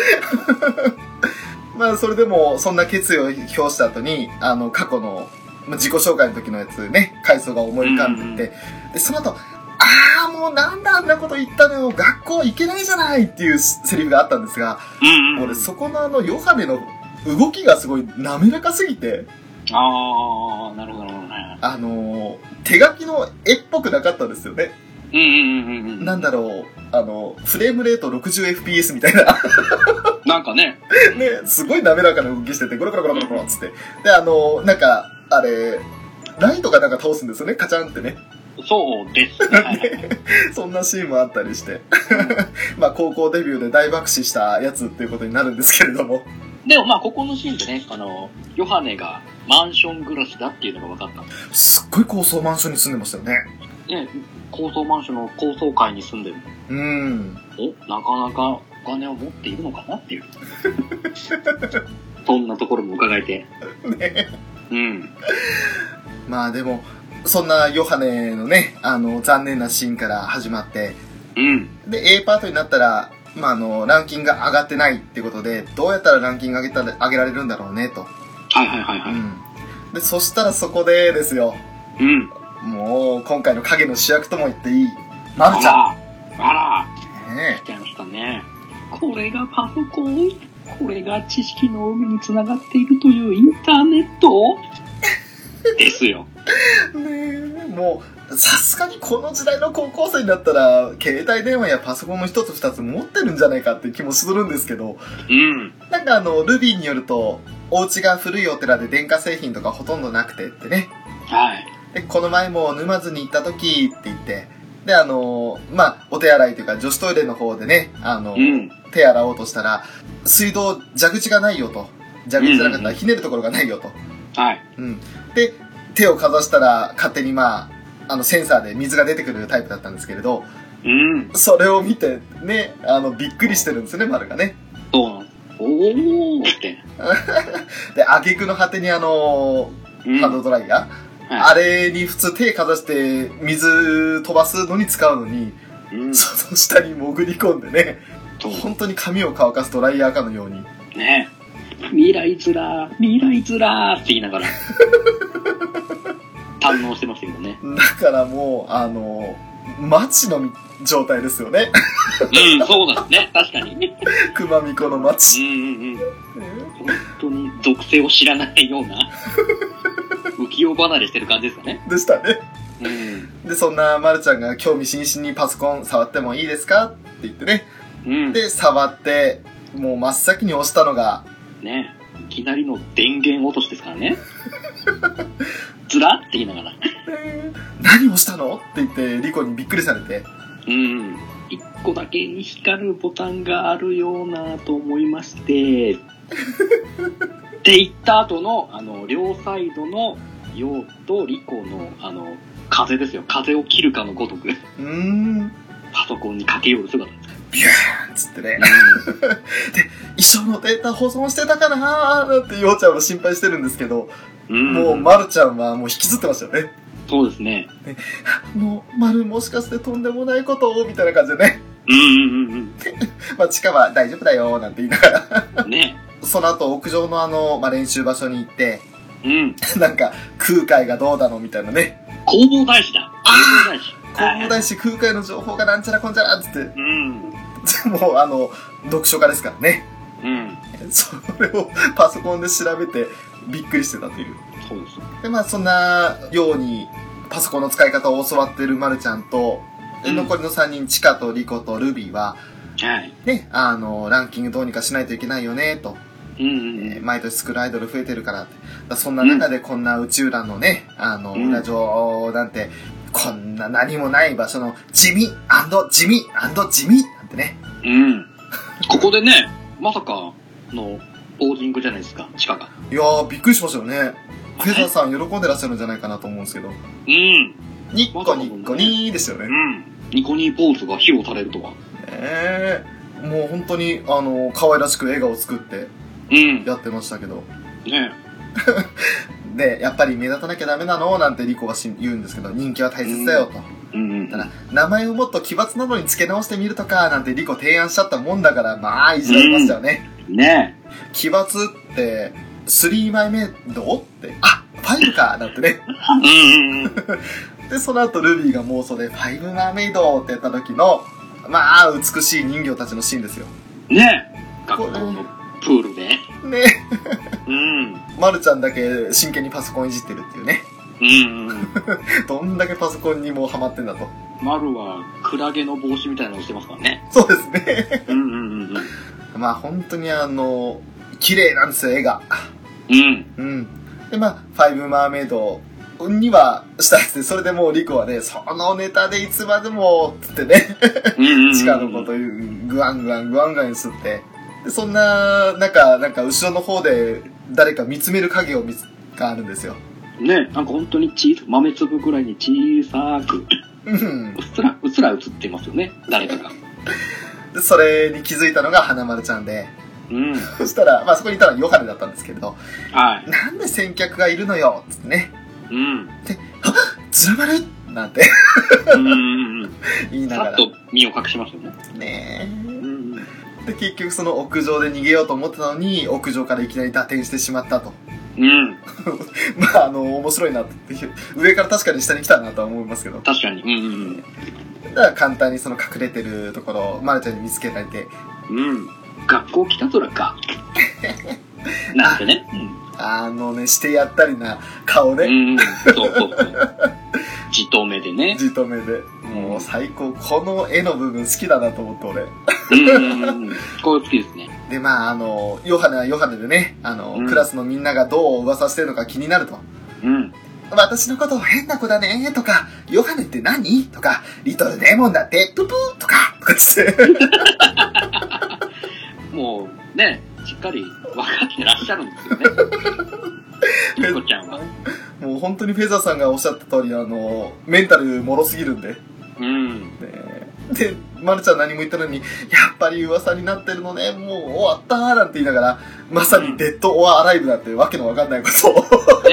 まあそれでもそんな決意を表した後に過去の自己紹介の時のやつね回想が思い浮かんでて、でその後もうなんであんなこと言ったのよ学校行けないじゃないっていうセリフがあったんですが、俺そこのヨハネの動きがすごい滑らかすぎて、 なるほどね。 手書きの絵っぽくなかったですよね。なんだろう、フレームレート 60fps みたいな。なんかね。ね、すごい滑らかな動きしてて、ゴロゴロゴロゴロゴロっつって。で、なんか、あれ、ライトがなんか倒すんですよね、カチャンってね。 そうですね。 そんなシーンもあったりして。まあ、高校デビューで大爆死したやつっていうことになるんですけれども。 でもまあ、ここのシーンでね、ヨハネがマンション暮らしだっていうのが分かったんです。 すっごい高層マンションに住んでましたよね。 ね、高層マンションの高層階に住んでる。なかなかお金を持っているのかなっていう。そんなところも伺えて。ね。 まあでも、そんなヨハネのね、残念なシーンから始まって、で、A パートになったら、まあランキングが上がってないってことで、どうやったらランキング上げられるんだろうね、と。で、そしたらそこでですよ。もう、今回の影の主役とも言っていい、マルちゃん。 来ちゃいましたね。これがパソコン？これが知識の海に繋がっているというインターネットですよ。 もう、さすがにこの時代の高校生になったら、携帯電話やパソコンの一つ二つ持ってるんじゃないかって気もするんですけど、なんかルビーによると、お家が古いお寺で電化製品とかほとんどなくてってね。で、この前も沼津に行った時って言って、で、まあ、お手洗いというか女子トイレの方でね、手洗おうとしたら、水道蛇口がないよと。蛇口じゃなかったらひねるところがないよと。で、手をかざしたら勝手にまあ、センサーで水が出てくるタイプだったんですけれど、それを見てね、びっくりしてるんですね、丸がね。 そうなんです。おーって。 で、挙句の果てにハンドドライヤー、あれに普通手かざして水飛ばすのに使うのに、その下に潜り込んでね、本当に髪を乾かすドライヤーかのように。 ね、未来ズラーって言いながら堪能してましたけどね。 だからもうマチの状態ですよね。 そうなんですね、確かに。 熊巫女のマチ。 本当に属性を知らないような浮世離れしてる感じですかね。 でしたね。で、そんなまるちゃんが興味津々にパソコン触ってもいいですかって言ってね。で、触って、もう真っ先に押したのが、 ね、いきなりの電源落としですからね。ずらって言いながら。 何押したのって言って、リコにびっくりされて。 一個だけ光るボタンがあるようなと思いまして、って言った後の、両サイドの陽とリコの、風ですよ。風を切るかのごとく。パソコンに駆け寄る姿です。 ビューンつってね。で、一生のデータ保存してたかなーってようちゃんは心配してるんですけど、もうまるちゃんはもう引きずってましたよね。 そうですね。 もう、まるもしかしてとんでもないことをみたいな感じでね。まあ、チカは大丈夫だよーなんて言いながら。ね。その後、屋上の練習場所に行って、 うん。 なんか、空海がどうだのみたいなね。 弘法大師だ。 弘法大師、空海の情報がなんちゃらこんちゃらっつって。 うん。 もう読書家ですからね。 うん。 それをパソコンで調べてびっくりしてたという。 そうです。 で、まあそんなようにパソコンの使い方を教わってるまるちゃんと、残りの3人、チカとリコとルビーは、 はい。 ね、ランキングどうにかしないといけないよね、と。 うん毎年作るアイドル増えてるからって。そんな中でこんな宇宙欄のね、裏上なんて、こんな何もない場所の地味地味地味なんてね。 うん。ここでね、まさかのポージングじゃないですか、チカが。 いやー、びっくりしましたよね。フェザーさん喜んでらっしゃるんじゃないかなと思うんですけど。 うん。 ニッコニッコニーでしたよね。 うん。ニコニーポーズが披露されるとは。 もう本当に、可愛らしく笑顔を作って、やってましたけど。 ねで、やっぱり目立たなきゃダメなのなんてリコは言うんですけど、人気は大切だよと。ただ、名前をもっと奇抜なのに付け直してみるとか、なんてリコ提案しちゃったもんだから、まあ、いじられましたよね。 ね奇抜って、3枚目どうって、あ、5かなんてね。で、その後ルビーが妄想で、5マーメイドってやった時の、まあ、美しい人形たちのシーンですよ。 ね学校のプールで。 ねまるちゃんだけ真剣にパソコンいじってるっていうね。どんだけパソコンにもうハマってんだと。 まるはクラゲの帽子みたいなのをしてますからね。 そうですね。まあ本当に綺麗なんですよ、絵が。で、まあ、ファイブマーメイドにはしたやつで、それでもうリコはね、そのネタでいつまでも、つってね、チカのことグワングワン言ってで、そんな、なんか後ろの方で誰か見つめる影があるんですよ。 ね、なんか本当に豆粒ぐらいに小さく、うっすら映ってますよね、誰かが。 で、それに気づいたのが花丸ちゃんで、そしたら、まあそこにいたのはヨハネだったんですけれど、なんで先客がいるのよ、つってね。で、あっズラ丸なんて言いながら。 さっと身を隠しますよね。 ねえ。で、結局その屋上で逃げようと思ったのに、屋上からいきなり打点してしまったと。まあ、面白いなって。上から確かに下に来たなとは思いますけど。 確かに。 だから簡単にその隠れてるところを、まるちゃんに見つけられて。 学校来たぞらか。なんてね。 してやったりな顔ね。 そう。じとめでね。 じとめで。もう最高。この絵の部分好きだなと思って俺。 これ好きですね。 で、まあヨハネはヨハネでね、クラスのみんながどう噂してるのか気になると。私のこと変な子だねとか、ヨハネって何とか、リトルデーモンだってププーとかって。もうね、しっかり分かってらっしゃるんですよね。リコちゃんは。 もう本当にフェザーさんがおっしゃった通り、メンタル脆すぎるんで。で、まるちゃん何も言ったのに、やっぱり噂になってるのね、もう終わったーなんて言いながら、まさにデッドオアアライブだってわけのわかんないことを。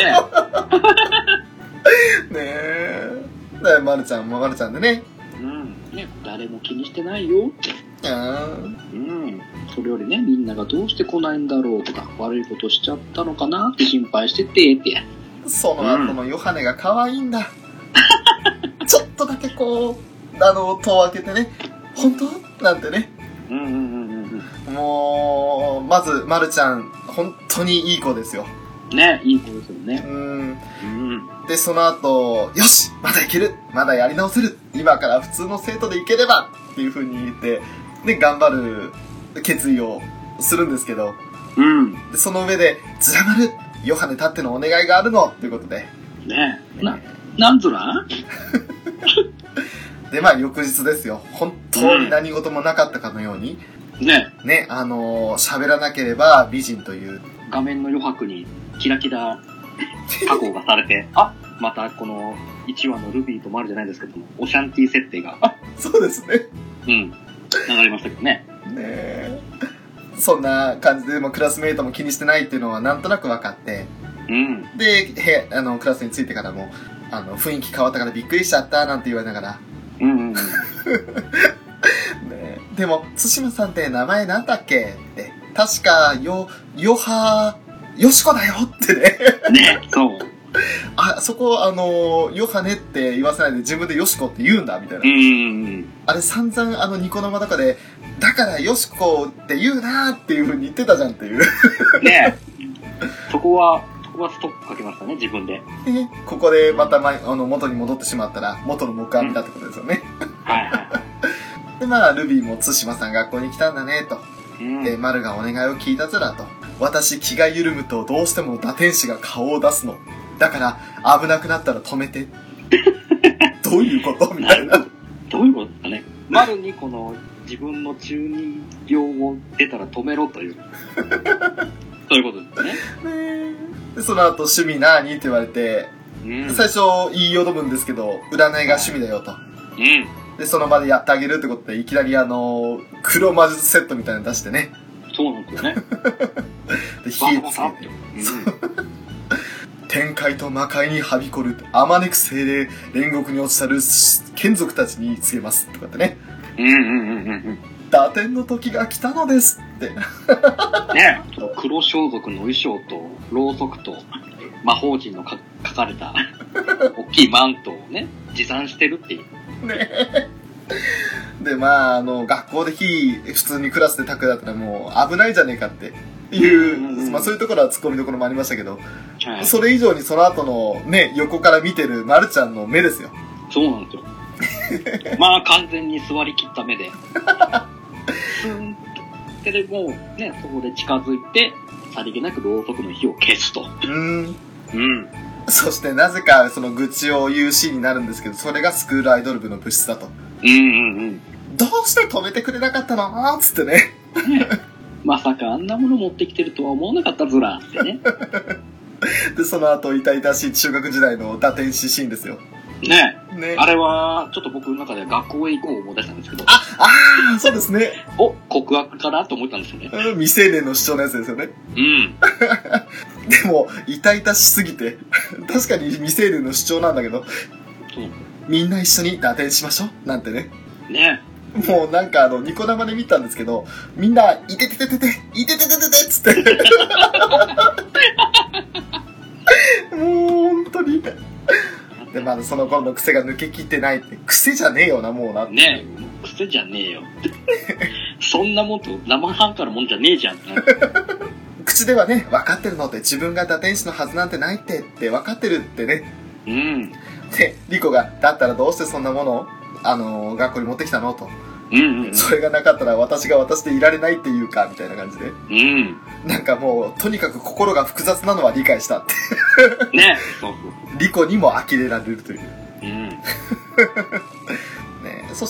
で、まるちゃんもまるちゃんでね。 誰も気にしてないよって。それよりね、みんながどうして来ないんだろうとか、悪いことしちゃったのかなって心配してて、って。 その後のヨハネが可愛いんだ。ちょっとだけこう、戸を開けてね、本当なんてね。もう、まず、まるちゃん、本当にいい子ですよ。 ね、いい子ですよね。 で、その後、よしまだいけるまだやり直せる今から普通の生徒でいければっていう風に言って、で、頑張る決意をするんですけど、でその上で、ズラ丸ヨハネたってのお願いがあるのということで。 なんぞらで、まあ、翌日ですよ。本当に何事もなかったかのように。喋らなければ美人という。 画面の余白にキラキラ加工がされて、またこの1話のルビーとマルじゃないですけども、オシャンティ設定が。 そうですね。 流れましたけどね。 そんな感じで、クラスメイトも気にしてないっていうのはなんとなく分かって。で、クラスに着いてからも、雰囲気変わったからびっくりしちゃったなんて言われながら。でも、対馬さんって名前なんだっけって。確か、ヨハよしこだよってね。 ね、そう。 あ、そこ、ヨハネって言わせないで自分でよしこって言うんだ、みたいな。あれ散々ニコ生とかで、だからよしこって言うなーっていう風に言ってたじゃんっていう。 ねそこはストップかけましたね、自分で。 ここでまた元に戻ってしまったら、元の木阿弥だってことですよね。 はいはい。 で、まあ、ルビーも対馬さん学校に来たんだね、と。で、丸がお願いを聞いたずらと。私気が緩むとどうしても打天使が顔を出すの。だから危なくなったら止めて。どういうことみたいな。 どういうことですかね。丸にこの自分の中二病を出たら止めろという。そういうことですね。 で、その後趣味なーにって言われて、最初言いよどむんですけど、占いが趣味だよと。で、その場でやってあげるってことで、いきなり黒魔術セットみたいなの出してね。 そうなんですよね。 で、火つけて。天界と魔界にはびこる、あまねく精霊、煉獄に落ちたる眷属たちに告げます。とかってね。打天の時が来たのですって。 ね、黒装束の衣装と、ろうそくと、魔法陣の書かれた、大きいマントをね、持参してるっていう。 ねで、まあ、学校で普通にクラスで炊くだったらもう危ないじゃねえかっていう、まあそういうところは突っ込みどころもありましたけど、はい、それ以上にその後のね、横から見てるまるちゃんの目ですよ。 そうなんですよ。まあ完全に座り切った目で。スーンと。で、もうね、そこで近づいて、さりげなくろうそくの火を消すと。 そしてなぜかその愚痴を言うシーンになるんですけど、それがスクールアイドル部の部室だと。どうして止めてくれなかったのつってね。 まさかあんなもの持ってきてるとは思わなかったずらってね。 で、その後痛々しい中学時代の打天使シーンですよ。 ね。あれは、ちょっと僕の中で学校へ行こう思い出したんですけど。 そうですね。 告白かなと思ったんですよね。 未成年の主張のやつですよね。でも、痛々しすぎて、確かに未成年の主張なんだけど、みんな一緒に打天しましょうなんてね。 ね。 もうなんかニコ生で見たんですけど、みんな、いててててて、いてててててつって。もう本当に。で、まだその頃の癖が抜けきってないって、癖じゃねえよな、もうなって。 ねえ、癖じゃねえよ。そんなもんと生半可なもんじゃねえじゃん。 口ではね、分かってるのって自分が打天使のはずなんてないって分かってるってね。で、リコが、だったらどうしてそんなものを、学校に持ってきたのと。それがなかったら私が私でいられないっていうか、みたいな感じで。なんかもう、とにかく心が複雑なのは理解したって。 ね。 リコにも呆れられるという。ね、そして、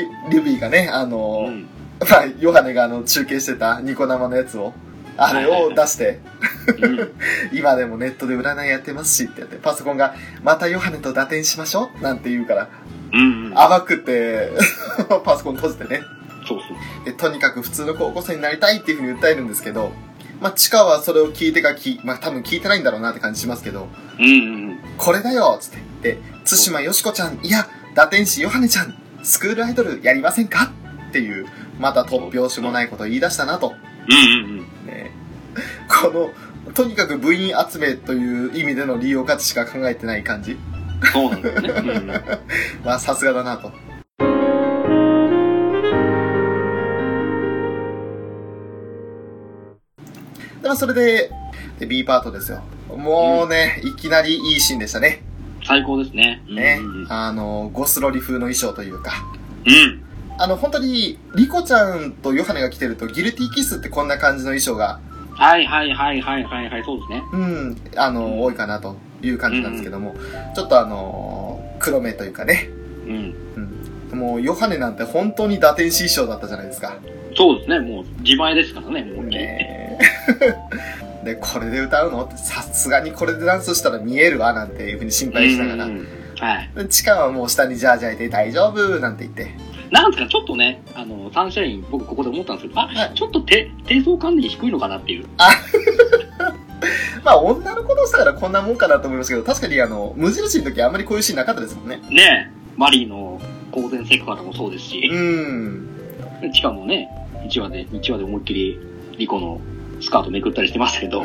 ルビーがね、まあ、ヨハネが中継してたニコ生のやつを、あれを出して、今でもネットで占いやってますしってやって、パソコンが、またヨハネと打天しましょなんて言うから、甘くて、パソコン閉じてね。で、とにかく普通の高校生になりたいっていう風に訴えるんですけど、まあ、チカはそれを聞いてまあ、多分聞いてないんだろうなって感じしますけど、これだよつって。で、対馬よしこちゃん、いや、打天使ヨハネちゃん、スクールアイドルやりませんかっていう、また突拍子もないことを言い出したなと。ね、この、とにかく部員集めという意味での利用価値しか考えてない感じ。 そうなんですね。 まあ、さすがだなと。で、まあ、それで、B パートですよ。もうね、いきなりいいシーンでしたね。 最高ですね。 ね。ゴスロリ風の衣装というか。本当に、リコちゃんとヨハネが着てると、ギルティキスってこんな感じの衣装が。 そうですね。 多いかなという感じなんですけども、ちょっと黒目というかね。もう、ヨハネなんて本当に打天使衣装だったじゃないですか。 そうですね。もう、自前ですからね、もうね。で、これで歌うのって、さすがにこれでダンスしたら見えるわ、なんていうふうに心配しながら。チカはもう下にジャージャーいて大丈夫、なんて言って。 なんですか、ちょっとね、サンシャイン、僕ここで思ったんですけど、ちょっと低層関連低いのかなっていう。 まあ、女の子同士だからこんなもんかなと思いますけど、確かに無印の時あんまりこういうシーンなかったですもんね。 ねえ、マリーの公然セクハラもそうですし。しかもね、1話で思いっきりリコのスカートめくったりしてましたけど、 うん。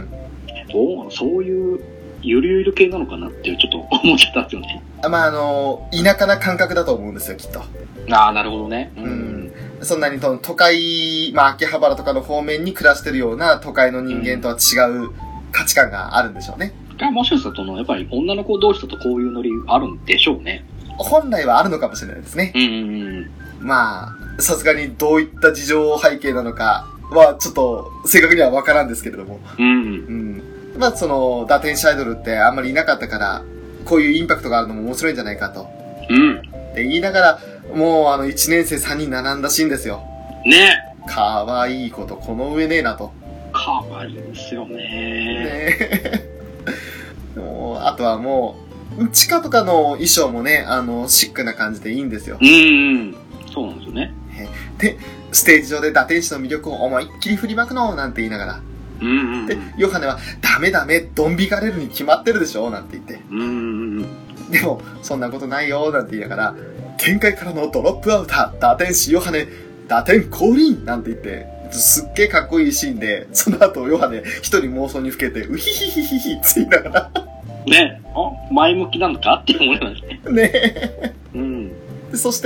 そういう、ゆるゆる系なのかなってちょっと思っちゃったんですよね。 まあ、田舎な感覚だと思うんですよ、きっと。 ああ、なるほどね。 うん。そんなに都会、まあ、秋葉原とかの方面に暮らしてるような都会の人間とは違う価値観があるんでしょうね。 もしかしたらやっぱり女の子同士だとこういうノリあるんでしょうね。 本来はあるのかもしれないですね。まあ、さすがにどういった事情背景なのかは、ちょっと正確にはわからんですけれども。まあ、打天使アイドルってあんまりいなかったから、こういうインパクトがあるのも面白いんじゃないかと。で、言いながら、もう1年生3人並んだシーンですよ。 ね。 かわいいことこの上ねえなと。 かわいいですよね。 ねもう、あとはもう、地下とかの衣装もね、シックな感じでいいんですよ。 そうなんですよね。 で、ステージ上で打天使の魅力を思いっきり振りまくのなんて言いながら。で、ヨハネは、ダメダメ、ドン引かれるに決まってるでしょなんて言って。でも、そんなことないよなんて言いながら、展開からのドロップアウター、打天使ヨハネ、打天降臨なんて言って、すっげえかっこいいシーンで、その後ヨハネ一人妄想にふけて、ウヒヒヒヒヒって言いながら。 ね前向きなのかって思いますね。 ねそして、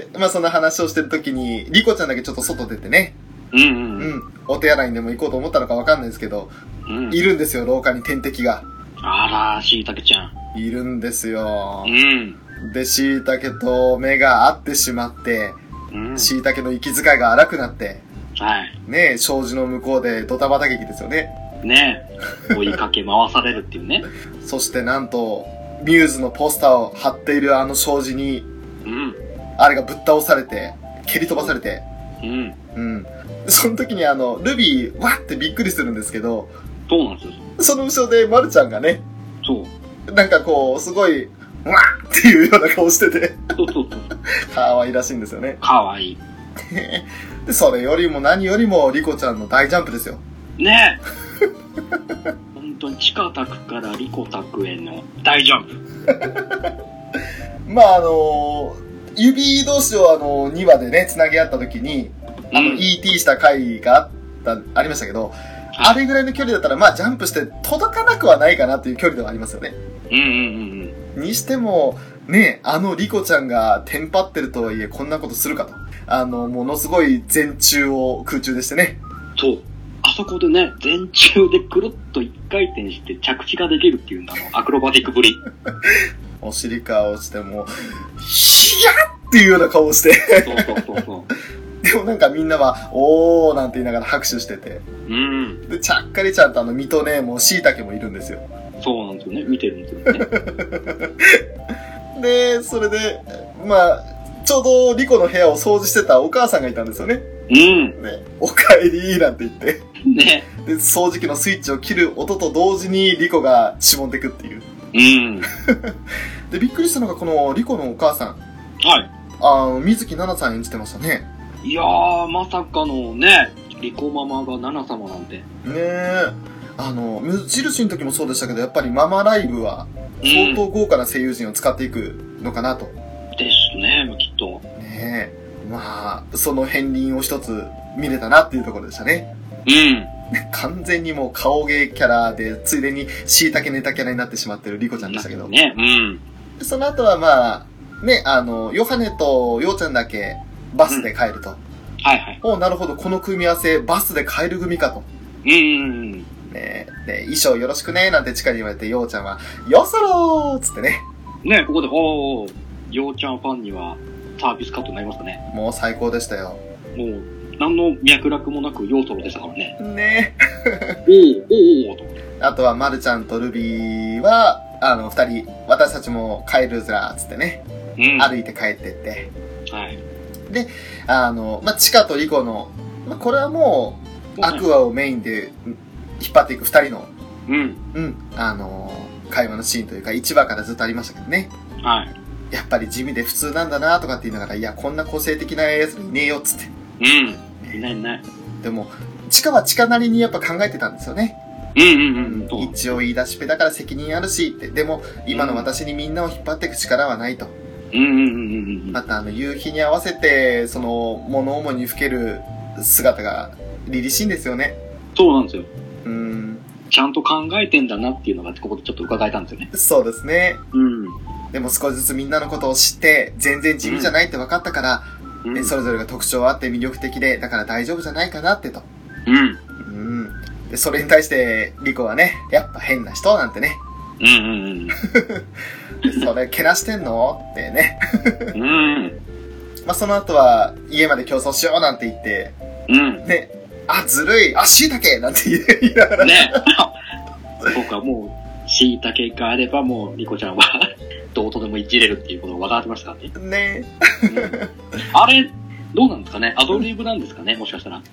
まあそんな話をしてるときに、リコちゃんだけちょっと外出てね。お手洗いにでも行こうと思ったのかわかんないですけど、いるんですよ、廊下に天敵が。 あら、しいたけちゃん。 いるんですよ。で、しいたけと目が合ってしまって、しいたけの息遣いが荒くなって、ねえ、障子の向こうでドタバタ劇ですよね。 ねえ、追いかけ回されるっていうね。 そしてなんと、ミューズのポスターを貼っているあの障子に、あれがぶっ倒されて、蹴り飛ばされて、その時にルビー、わってびっくりするんですけど、 そうなんですよ。 その後ろでマルちゃんがね、 そう。 なんかこう、すごい、わーっていうような顔してて、かわいいらしいんですよね。 かわいい。 で、それよりも何よりもリコちゃんの大ジャンプですよ。 ねえ。本当に地下宅からリコ宅への大ジャンプ。 まあ指同士を2話でね、繋げ合った時に、ET した回がありましたけど、あれぐらいの距離だったら、まあジャンプして届かなくはないかなっていう距離ではありますよね。にしても、ね、リコちゃんがテンパってるとはいえこんなことするかと。ものすごい前宙を空中でしてね。 そう。あそこでね、前宙でくるっと一回転して着地ができるっていうアクロバティックぶり。 お尻から落ちても、ヒヤッっていうような顔をして。そう。でもなんかみんなは、おーなんて言いながら拍手してて。で、ちゃっかりちゃんと水戸ね、もう椎茸もいるんですよ。 そうなんですよね。見てるんですよね。 で、それで、まあ、ちょうどリコの部屋を掃除してたお母さんがいたんですよね。ね、おかえりなんて言って。 ね。 で、掃除機のスイッチを切る音と同時にリコがしぼんでくっていう。で、びっくりしたのがこのリコのお母さん。水木奈々さん演じてましたね。 いやー、まさかのね、リコママが奈々様なんて。ねえ。無印の時もそうでしたけど、やっぱりママライブは、相当豪華な声優陣を使っていくのかなと。 ですね、きっと。 ねえ。まあ、その片鱗を一つ見れたなっていうところでしたね。完全にもう顔芸キャラで、ついでに椎茸ネタキャラになってしまってるリコちゃんでしたけど。その後はまあ、ね、ヨハネとヨウちゃんだけバスで帰ると。なるほど、この組み合わせ、バスで帰る組かと。ねで、衣装よろしくね、なんてチカに言われて、ヨウちゃんは、よそろーつってね。 ね、ここで、ヨウちゃんファンにはサービスカットになりましたね。 もう最高でしたよ。 もう、何の脈絡もなくヨウソロでしたからね。 ねと。 あとは、マルちゃんとルビーは、二人、私たちも帰るずら、つってね。歩いて帰ってって。で、チカとリコの、これはもう、アクアをメインで引っ張っていく二人の、会話のシーンというか、1話からずっとありましたけどね。やっぱり地味で普通なんだなとかって言いながら、いや、こんな個性的なやついねえよ、つって。 いないいない。 でも、チカはチカなりにやっぱ考えてたんですよね。一応言い出しっぺだから責任あるしって。でも、今の私にみんなを引っ張っていく力はないと。また夕日に合わせて、物思いにふける姿が凛々しいんですよね。 そうなんですよ。ちゃんと考えてんだなっていうのが、ここでちょっと伺えたんですよね。 そうですね。でも少しずつみんなのことを知って、全然地味じゃないって分かったから、それぞれが特徴あって魅力的で、だから大丈夫じゃないかなってと。でそれに対して、リコはね、やっぱ変な人なんてね。それ、けなしてんのってね。まあその後は、家まで競争しようなんて言って、ね、あ、ずるい、あ、椎茸なんて言いながら。ね。 僕はもう、椎茸があればもう、リコちゃんは、どうとでもいじれるっていうことが分かってましたからね。 ね。 あれ、どうなんですかね、アドリブなんですかね、もしかしたら。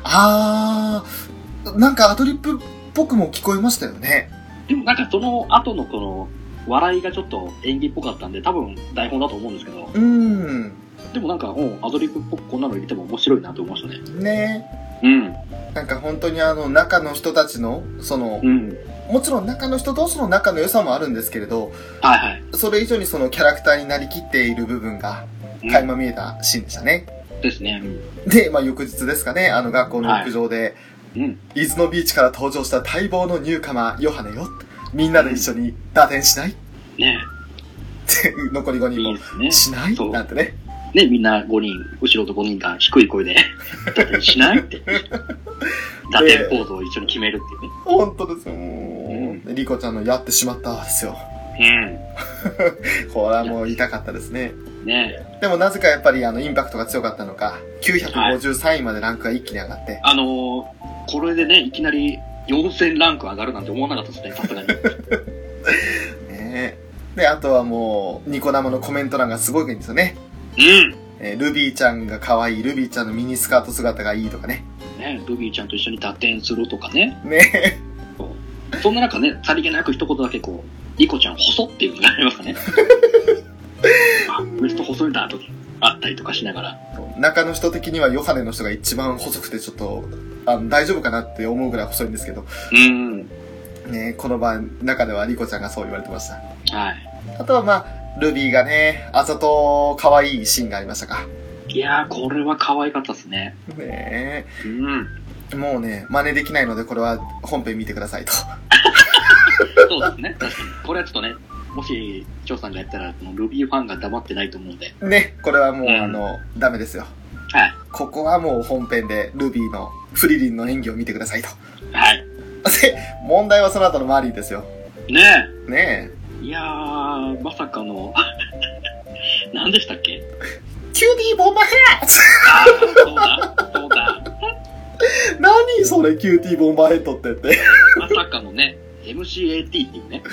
なんかアドリブっぽくも聞こえましたよね。 でもなんかその後のこの、笑いがちょっと演技っぽかったんで、多分台本だと思うんですけど。でもなんか、アドリブっぽくこんなの入れても面白いなと思いましたね。 ね。なんか本当に中の人たちの、もちろん中の人同士の仲の良さもあるんですけれど、それ以上にそのキャラクターになりきっている部分が、垣間見えたシーンでしたね。 ですね。 で、まあ翌日ですかね、学校の屋上で、伊豆のビーチから登場した待望のニューカマー、ヨハネよ。みんなで一緒に打点しない？ ね。 残り5人も、しないなんてね。 ね、みんな5人、後ろと5人が低い声で、打点しないって。打点ポーズを一緒に決めるっていうね。 本当ですよ、もう。リコちゃんのやってしまったですよ。これはもう痛かったですね。 ね。 でもなぜかやっぱりインパクトが強かったのか、953位までランクが一気に上がって。 これでね、いきなり4000ランク上がるなんて思わなかったですね、さすがに。 ね。で、あとはもう、ニコ生のコメント欄がすごいんですよね。ルビーちゃんが可愛い、ルビーちゃんのミニスカート姿がいいとかね。 ね、ルビーちゃんと一緒に打点するとかね。 ね。 そんな中ね、さりげなく一言だけこう、リコちゃん細っていうのがありますかね。ウエスト細いんだとあったりとかしながら。 中の人的にはヨハネの人が一番細くてちょっと、大丈夫かなって思うぐらい細いんですけど。ね、この場、中ではリコちゃんがそう言われてました。あとはまあ、ルビーがね、あざと可愛いシーンがありましたか。 いやー、これは可愛かったですね。 ねえ。もうね、真似できないので、これは本編見てくださいと。 そうですね。確かに。これはちょっとね、もし、張さんがやったら、ルビーファンが黙ってないと思うんで。 ね、これはもう、ダメですよ。ここはもう本編で、ルビーのフリリンの演技を見てくださいと。で、問題はその後のマリーですよ。 ねえ。 いやー、まさかの、何でしたっけ？ キューティーボンバーヘッド！ そうだ。 何それ、キューティーボンバーヘッドってって。 まさかのね、MCAT っていうね。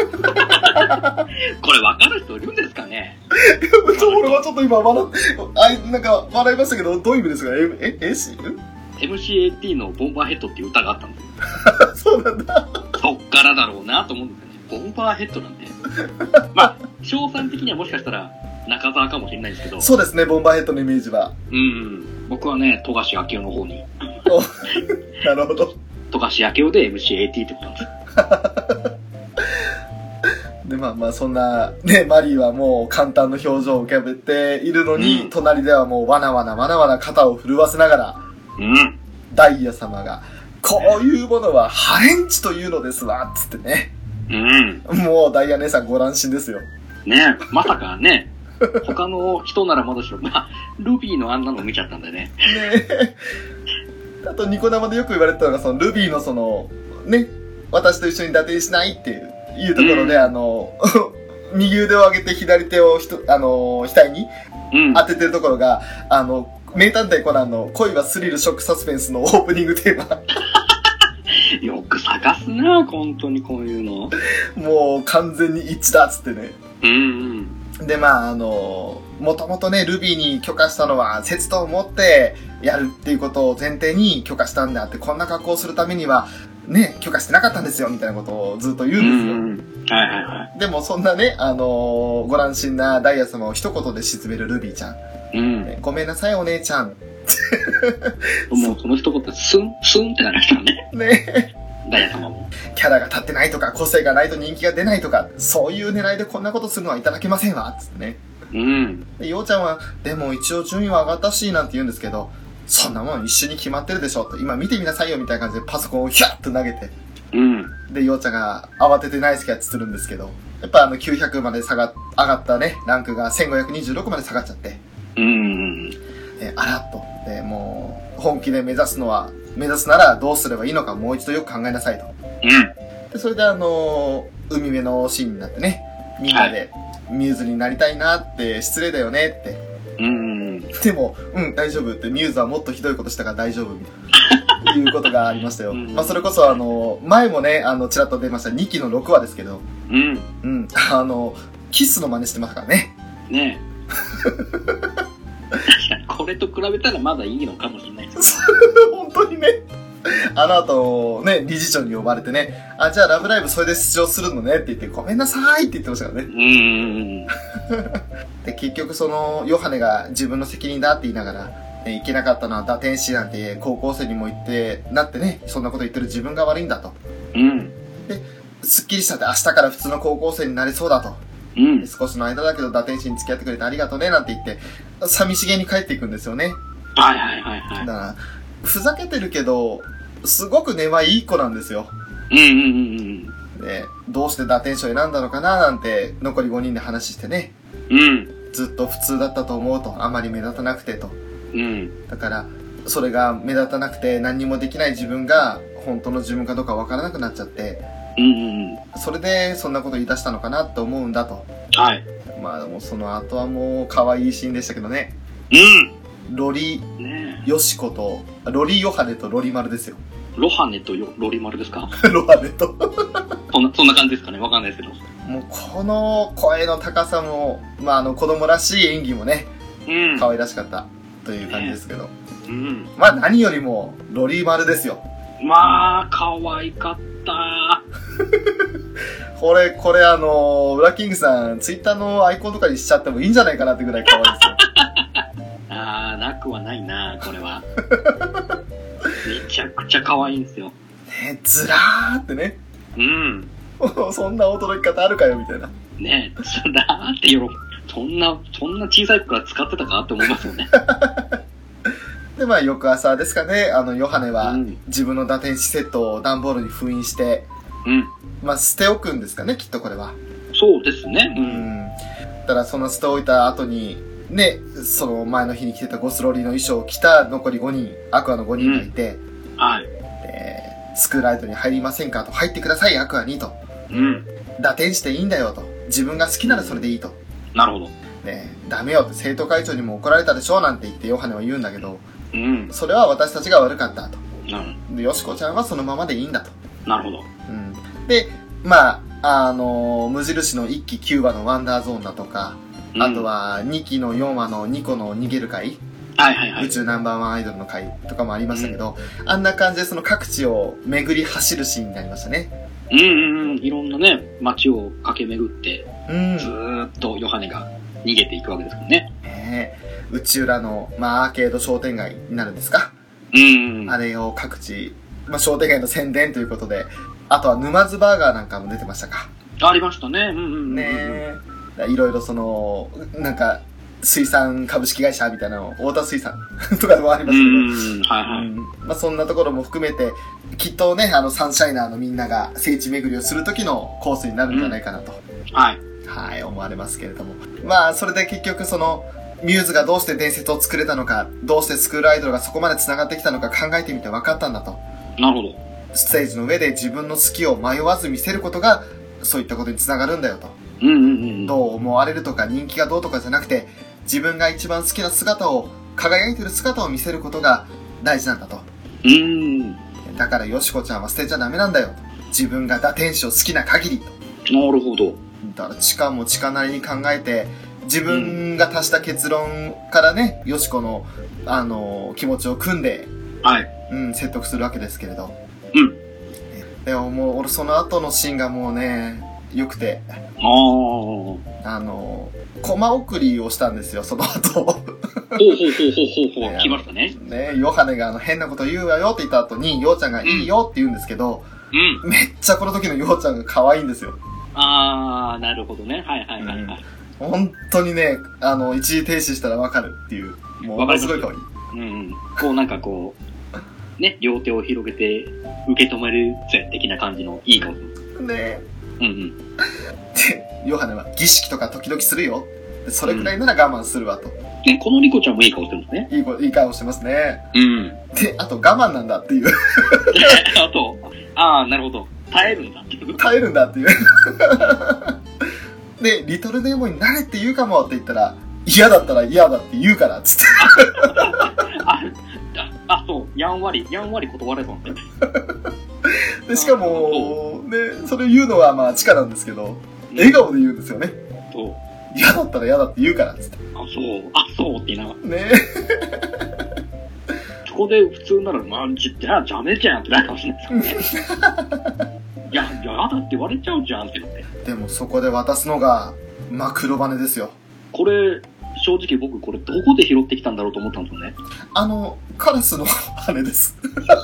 これ分かる人いるんですかね？ 俺はちょっと今なんか笑いましたけど、どういう意味ですか？ MCAT のボンバーヘッドっていう歌があったんですよ。そうなんだ。 そっからだろうなと思うんですよね。ボンバーヘッドなんて。まあ、賞賛的にはもしかしたら中澤かもしれないですけど。 そうですね、ボンバーヘッドのイメージは。 僕はね、富樫明夫の方に。 なるほど。 富樫明夫で MCAT ってことなんです。 で、まあそんな、ね、マリーはもう簡単な表情を浮かべているのに、隣ではもうわなわな肩を震わせながら、ダイヤ様が、こういうものはハレンチというのですわ、つってね。もうダイヤ姉さんご乱心ですよ。 ねえ、まさかね、他の人ならまだしろ、まあ、ルビーのあんなの見ちゃったんだよね。 ねえ。あとニコ生でよく言われてたのが、そのルビーのその、ね、私と一緒に打点しないっていうところで、右腕を上げて左手を額に当ててるところが、名探偵コナンの恋はスリルショックサスペンスのオープニングテーマ。 よく探すな、本当にこういうの。 もう完全に一致だっつってね。で、まあもともとね、ルビーに許可したのは、節度を持ってやるっていうことを前提に許可したんであって、こんな格好をするためには、ね、許可してなかったんですよ、みたいなことをずっと言うんですよ。でもそんなね、ご乱心なダイヤ様を一言で沈めるルビーちゃん。ごめんなさい、お姉ちゃん。 もうその一言、スンってなりましたね。 ねダイヤ様も。 キャラが立ってないとか、個性がないと人気が出ないとか、そういう狙いでこんなことするのはいただけませんわ、つってね。で、ようちゃんは、でも一応順位は上がったし、なんて言うんですけど、 そんなもん一緒に決まってるでしょと、今見てみなさいよみたいな感じでパソコンをヒャッと投げて、で、ようちゃんが慌ててナイスキャッチするんですけど、やっぱ900まで上がったね、ランクが1526まで下がっちゃって、あらっと。で、もう、本気で目指すならどうすればいいのかもう一度よく考えなさいと。で、それで海辺のシーンになってね、みんなでミューズになりたいなって失礼だよねって。でも、大丈夫って、ミューズはもっとひどいことしたから大丈夫みたいな。いうことがありましたよ。まあ、それこそ前もね、ちらっと出ました2期の6話ですけど、キスの真似してましたからね。 ねえ。これと比べたらまだいいのかもしれないです。 本当にね。あの後、ね、理事長に呼ばれてね、じゃあラブライブそれで出場するのねって言って、ごめんなさいって言ってましたからね。で、結局ヨハネが自分の責任だって言いながら、ね、いけなかったのは打天使なんて高校生にもなってね、そんなこと言ってる自分が悪いんだと。で、すっきりしたって明日から普通の高校生になれそうだと。少しの間だけど打天使に付き合ってくれてありがとうねなんて言って、寂しげに帰っていくんですよね。だから、ふざけてるけど、すごく根はいい子なんですよ。で、どうして打天使を選んだのかななんて、残り5人で話してね。ずっと普通だったと思うと、あまり目立たなくてと。だから、それが目立たなくて何にもできない自分が、本当の自分かどうかわからなくなっちゃって、それでそんなこと言い出したのかなって思うんだと。まあでもその後はもう可愛いシーンでしたけどね。ロリヨシコと、ロリヨハネとロリマルですよ。 ロハネとロリマルですか？ ロハネと。 そんな感じですかね、わかんないですけど。 もうこの声の高さも、まあ子供らしい演技もね、可愛らしかったという感じですけど。まあ何よりも、ロリマルですよ。 まあ、可愛かった。 これ、ウラキングさん、ツイッターのアイコンとかにしちゃってもいいんじゃないかなってぐらい可愛いですよ。 なくはないな、これは。めちゃくちゃ可愛いんですよ。 ね、ずらーってね。そんな驚き方あるかよ、みたいな。 ね、ずらーってそんな小さい子から使ってたかって思いますよね。 で、まあ、翌朝ですかね、ヨハネは、自分の打天使セットを段ボールに封印して、まあ、捨て置くんですかね、きっとこれは。 そうですね。 だからその捨て置いた後に、ね、その前の日に着てたゴスロリの衣装を着た残り5人、アクアの5人がいて、で、スクールアイドに入りませんかと、入ってください、アクアにと。打天使でいいんだよと。自分が好きならそれでいいと。 なるほど。 ね、ダメよって生徒会長にも怒られたでしょなんて言ってヨハネは言うんだけど、それは私たちが悪かったと。で、ヨシコちゃんはそのままでいいんだと。 なるほど。 で、まあ、無印の1期9話のワンダーゾーンだとか、あとは2期の4話のニコの逃げる会、宇宙ナンバーワンアイドルの会とかもありましたけど、あんな感じでその各地を巡り走るシーンになりましたね。 いろんなね、街を駆け巡って、ずーっとヨハネが逃げていくわけですからね。 内浦の、まあ、アーケード商店街になるんですか。あれを各地、まあ、商店街の宣伝ということで、あとは沼津バーガーなんかも出てましたか。 ありましたね。 いろいろなんか、水産株式会社みたいなの、太田水産とかでもありますけど、まあそんなところも含めて、きっとね、サンシャイナーのみんなが聖地巡りをする時のコースになるんじゃないかなと。思われますけれども。まあ、それで結局ミューズがどうして伝説を作れたのか、どうしてスクールアイドルがそこまで繋がってきたのか考えてみて分かったんだと。 なるほど。 ステージの上で自分の好きを迷わず見せることが、そういったことに繋がるんだよと。どう思われるとか人気がどうとかじゃなくて、自分が一番好きな姿を、輝いてる姿を見せることが大事なんだと。だからヨシコちゃんは捨てちゃダメなんだよと。自分が打天使を好きな限りと。 なるほど。 だからチカもチカなりに考えて、自分が足した結論からね、ヨシコの、気持ちを組んで、説得するわけですけれど。でももう、俺その後のシーンがもうね、良くて。コマ送りをしたんですよ、その後。 来ましたね。 ヨハネが変なこと言うわよって言った後に、ヨウちゃんがいいよって言うんですけど、めっちゃこの時のヨウちゃんが可愛いんですよ。 なるほどね。本当にね、一時停止したらわかるっていう。ものすごい可愛い。 うん。こうなんかこう、ね、両手を広げて受け止めるぜ的な感じのいい顔する。 ねうんうん。 で、ヨハネは儀式とか時々するよ。それくらいなら我慢するわと。 ね、このリコちゃんもいい顔してるんですね。 いい顔してますね。 うん。 で、あと我慢なんだっていう。 あと、なるほど。耐えるんだっていう。 耐えるんだっていう。で、リトルネーモになれって言うかもって言ったら、嫌だったら嫌だって言うから、つって。 そう、やんわり断れたんだよ。 で、しかも、ね、それ言うのはまあ、チカなんですけど、笑顔で言うんですよね。 そう。 嫌だったら嫌だって言うから、つって。 そうって言いながら。 ねそこで普通なら、じゃあダメじゃんってなるかもしれないですよね。いやだって言われちゃうじゃんって言って。 でもそこで渡すのが、黒羽ですよ。 これ、正直僕これどこで拾ってきたんだろうと思ったんですよね。 カラスの羽です。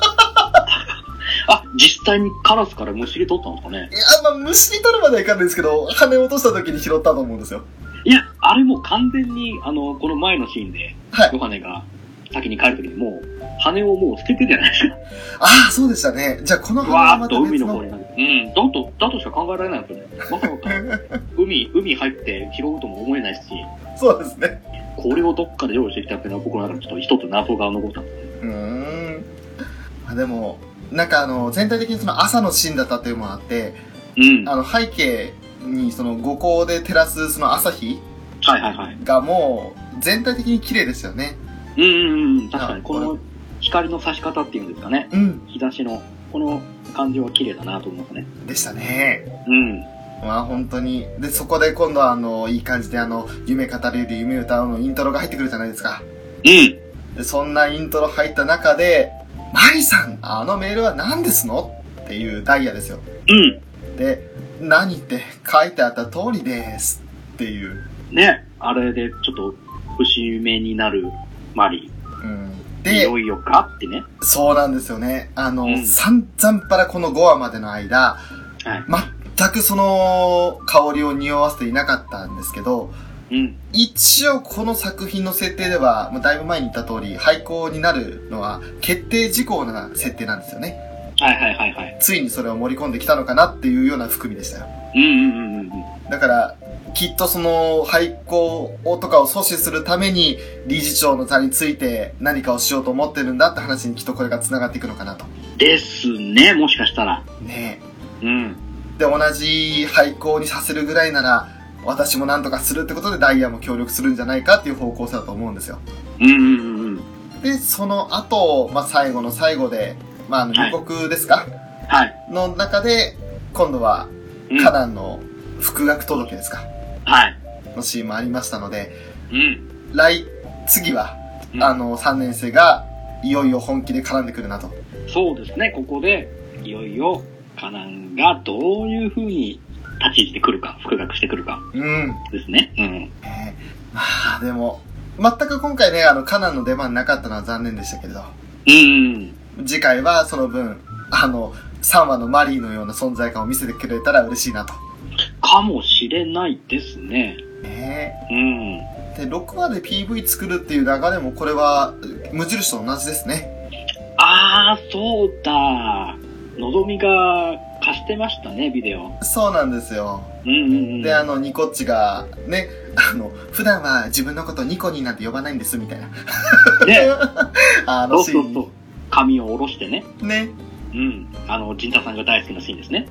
実際にカラスからむしり取ったんですかね。 いや、むしり取るまではいかないんですけど、羽を落とした時に拾ったと思うんですよ。 いや、あれもう完全に、この前のシーンで、ヨハネが先に帰る時にもう、羽をもう捨ててじゃないですか。 そうでしたね。じゃあこの羽はまた別の。海の方になる。だとしか考えられないですよね。まさか、海入って拾うとも思えないし。 そうですね。 これをどっかで用意してきたっていうのは僕の中でちょっと一つ謎が残ったんですね。でも、なんか全体的にその朝のシーンだったっていうのもあって、背景にその五光で照らすその朝日がもう全体的に綺麗ですよね。 確かにこの光の差し方っていうんですかね。日差しのこの感じは綺麗だなと思いますね。 でしたね。本当に。で、そこで今度はいい感じで夢語れる夢歌うのイントロが入ってくるじゃないですか。で、そんなイントロ入った中で、マリさん、あのメールは何ですのっていうダイヤですよ。で、何って書いてあった通りですっていう。ね、 あれでちょっと節目になるマリ。で、いよいよかってね。 そうなんですよね。散々パラこの5話までの間、全くその香りを匂わせていなかったんですけど、一応この作品の設定では、だいぶ前に言った通り、廃校になるのは決定事項な設定なんですよね。ついにそれを盛り込んできたのかなっていうような含みでしたよ。だから、きっとその廃校とかを阻止するために理事長の座について何かをしようと思ってるんだって話にきっとこれが繋がっていくのかなと。 ですね、もしかしたら。 ねえ。で、同じ廃校にさせるぐらいなら、私も何とかするってことでダイヤも協力するんじゃないかっていう方向性だと思うんですよ。で、その後、最後の最後で、予告ですか、の中で、今度は、カナンの復学届ですか、のシーンもありましたので、次は、3年生が、いよいよ本気で絡んでくるなと。 そうですね、ここで、いよいよ、カナンがどういう風に立ち位置で来るか、復学してくるか。ですね。 でも、全く今回ね、カナンの出番なかったのは残念でしたけれど。次回はその分、3話のマリーのような存在感を見せてくれたら嬉しいなと。 かもしれないですね。 で、6話で PV 作るっていう流れも、これは、無印と同じですね。 そうだ。のぞみが貸してましたね、ビデオ。 そうなんですよ。で、ニコッチが、ね、普段は自分のことニコニーなんて呼ばないんです、みたいな。 ね。 そう。 髪を下ろしてね。 ね。 ジンタさんが大好きなシーンですね。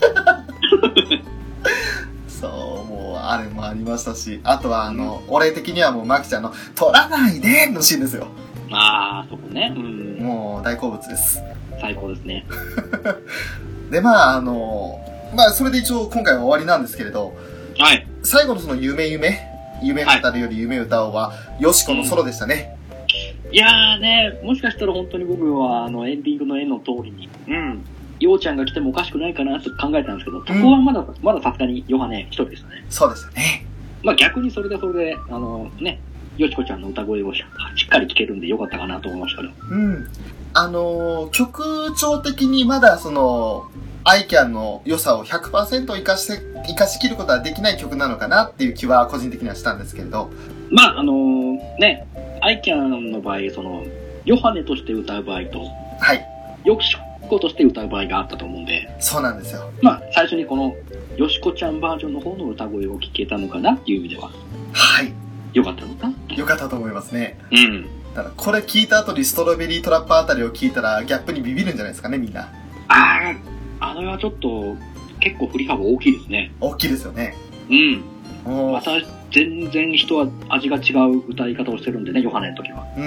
そう、もう、あれもありましたし、あとは、俺的にはもう、マキちゃんの、取らないでのシーンですよ。 そこね。 もう、大好物です。 最高ですね。 で、それで一応今回は終わりなんですけれど、最後のその夢語るより夢歌おうは、よしこのソロでしたね。 いやーね、もしかしたら本当に僕はエンディングの絵の通りに、ようちゃんが来てもおかしくないかなと考えたんですけど、そこはまださすがにヨハネ一人でしたね。 そうですよね。 逆にそれで、よしこちゃんの歌声をしっかり聴けるんでよかったかなと思いましたけど。 曲調的にまだアイキャンの良さを 100% 活かしきることはできない曲なのかなっていう気は個人的にはしたんですけれど。 アイキャンの場合、 ヨハネとして歌う場合と、 はい。 ヨシコとして歌う場合があったと思うんで。 そうなんですよ。 まあ、最初にこの、ヨシコちゃんバージョンの方の歌声を聞けたのかなっていう意味では。 はい。 よかったのかよかったと思いますね。 うん。 ただ、これ聞いた後にストロベリートラッパーあたりを聞いたら、ギャップにビビるんじゃないですかね、みんな。 あれはちょっと、結構振り幅大きいですね。 大きいですよね。 うん。また、全然人は味が違う歌い方をしてるんでね、ヨハネの時は。うん。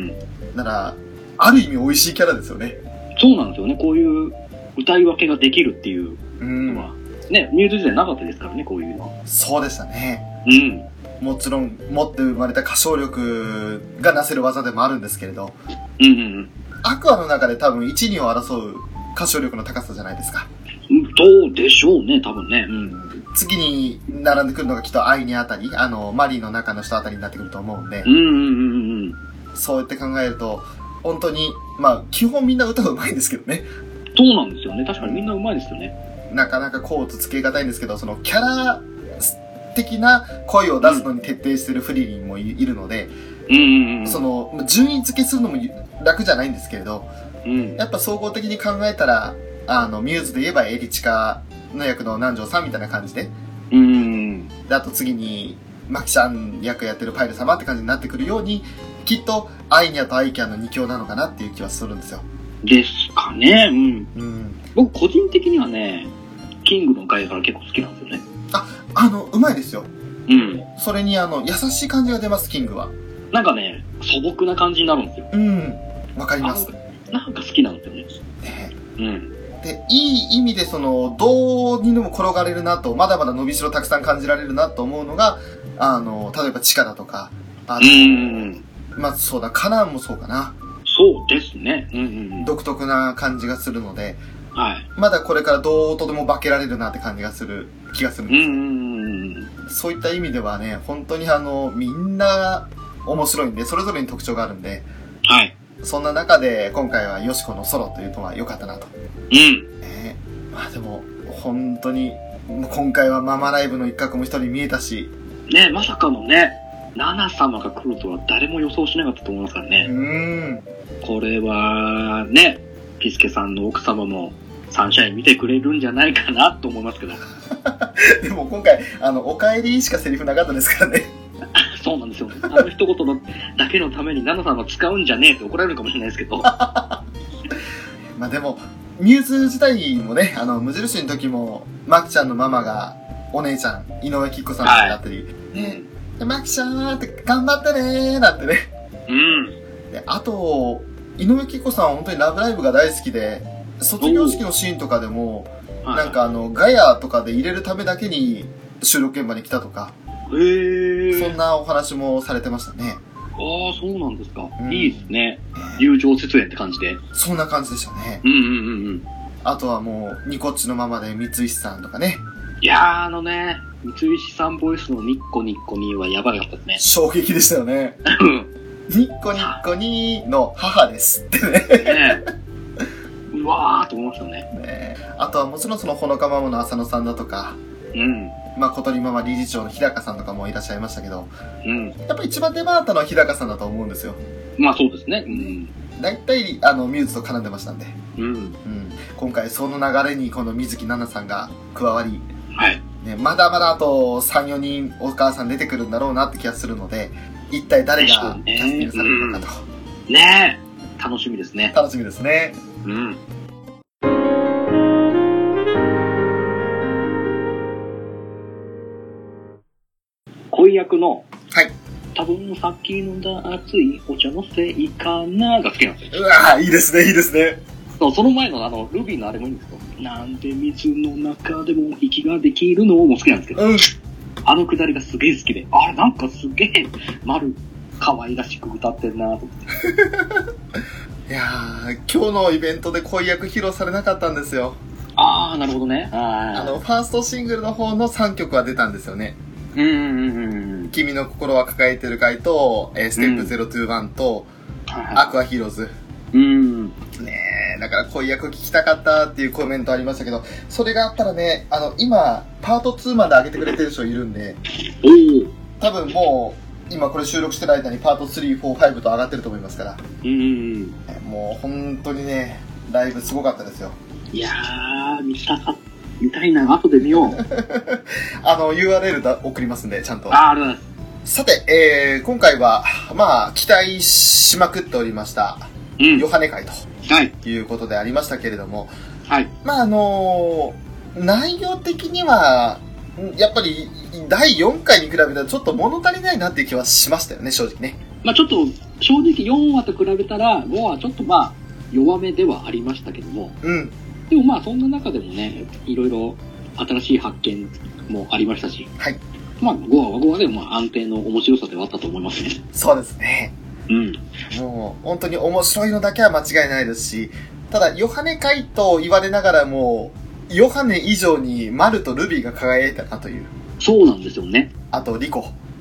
だから、ある意味美味しいキャラですよね。 そうなんですよね。こういう歌い分けができるっていうのは、ね、ミューズ時代なかったですからね、こういうの。 そうでしたね。 うん。 もちろん、持って生まれた歌唱力がなせる技でもあるんですけれど。アクアの中で多分1、2を争う歌唱力の高さじゃないですか。 どうでしょうね、多分ね。 次に並んでくるのがきっとアイニあたり、マリーの中の人あたりになってくると思うんで。そうやって考えると、本当に、まあ、基本みんな歌が上手いんですけどね。 そうなんですよね。確かにみんな上手いですよね。 なかなかこうとつけがたいんですけど、そのキャラ的な声を出すのに徹底してるフリリンもいるので、その、順位付けするのも楽じゃないんですけれど、やっぱ総合的に考えたら、ミューズで言えばエリチカの役の南條さんみたいな感じで、で、あと次に、マキちゃん役やってるパイル様って感じになってくるように、きっと、アイニャとアイキャンの2強なのかなっていう気はするんですよ。 ですかね。僕個人的にはね、キングの回から結構好きなんですよね。 うまいですよ。それに優しい感じが出ます、キングは。 なんかね、素朴な感じになるんですよ。 わかります。 なんか好きなんですよね。 で、いい意味でどうにでも転がれるなと、まだまだ伸びしろたくさん感じられるなと思うのが、例えば地下だとか、まあそうだ、カナンもそうかな。 そうですね。 独特な感じがするので、 はい。 まだこれからどうとでも化けられるなって感じがする気がするんです。そういった意味ではね、本当にみんな面白いんで、それぞれに特徴があるんで、 はい。 そんな中で今回はヨシコのソロというのは良かったなと。まあでも、本当に、今回はママライブの一角も一人見えたし。 ね、まさかのね、ナナ様が来るとは誰も予想しなかったと思いますからね。これは、ね、ピスケさんの奥様もサンシャイン見てくれるんじゃないかなと思いますけど。 でも今回、お帰りしかセリフなかったですからね。 そうなんですよ。一言のだけのためにナナ様使うんじゃねえって怒られるかもしれないですけど。 まあでも、ミューズ自体もね、無印の時も、マキちゃんのママが、お姉ちゃん、井上貴子さんだったり、マキちゃんって頑張ってねーなんてね。で、あと、井上貴子さんは本当にラブライブが大好きで、卒業式のシーンとかでも、なんかガヤとかで入れるためだけに収録現場に来たとか、そんなお話もされてましたね。 そうなんですか。いいですね。友情出演って感じで。 そんな感じでしたね。あとはもう、ニコッチのままで三石さんとかね。 いやー三石さんボイスのニッコニッコニーはやばかったですね。 衝撃でしたよね。ニッコニッコニーの母ですってね。 うわーと思いましたね。 あとはもちろんほのかママの浅野さんだとか、まあ小鳥ママ理事長の日高さんとかもいらっしゃいましたけど、やっぱ一番出回ったのは日高さんだと思うんですよ。まあそうですね。大体、ミューズと絡んでましたんで。今回その流れにこの水木奈々さんが加わり、まだまだあと3、4人お母さん出てくるんだろうなって気がするので、一体誰がキャスティングされるのかと。 ねえ。楽しみですね。 楽しみですね。 恋役の、 多分さっき飲んだ熱いお茶のせいかなが好きなんですよ。 うわぁ、いいですね、いいですね。 その前のルビーのあれもいいんですよ。なんで水の中でも息ができるのも好きなんですけど、あのくだりがすげえ好きで、なんかすげえ可愛らしく歌ってんなと思って。 いやー、今日のイベントで恋役披露されなかったんですよ。 なるほどね。 ファーストシングルの方の3曲は出たんですよね。君の心は抱えてる回と、ステップ021と、アクアヒーローズ。だから恋役聞きたかったっていうコメントありましたけど、それがあったらね、今、パート2まで上げてくれてる人いるんで、多分も今これ収録してる間にパート3、4、5と上がってると思いますから。もう本当にね、ライブすごかったですよ。 いやー、見たいな、後で見よう。 URL 送りますんで、ちゃんと。 ありがとうございます。 さて、今回は、まあ、期待しまくっておりました、ヨハネ会ということでありましたけれども、 はい。 まあ、内容的には、やっぱり、第4回に比べたらちょっと物足りないなっていう気はしましたよね、正直ね。 まあちょっと、正直4話と比べたら、5話はちょっとまあ、弱めではありましたけども、でもまあそんな中でもね、いろいろ新しい発見もありましたし、 はい。 まあ5話は5話でもまあ安定の面白さではあったと思いますね。 そうですね。もう本当に面白いのだけは間違いないですし、ただヨハネ会と言われながらも、ヨハネ以上にマルとルビーが輝いたなという。 そうなんですよね。 あとリコ。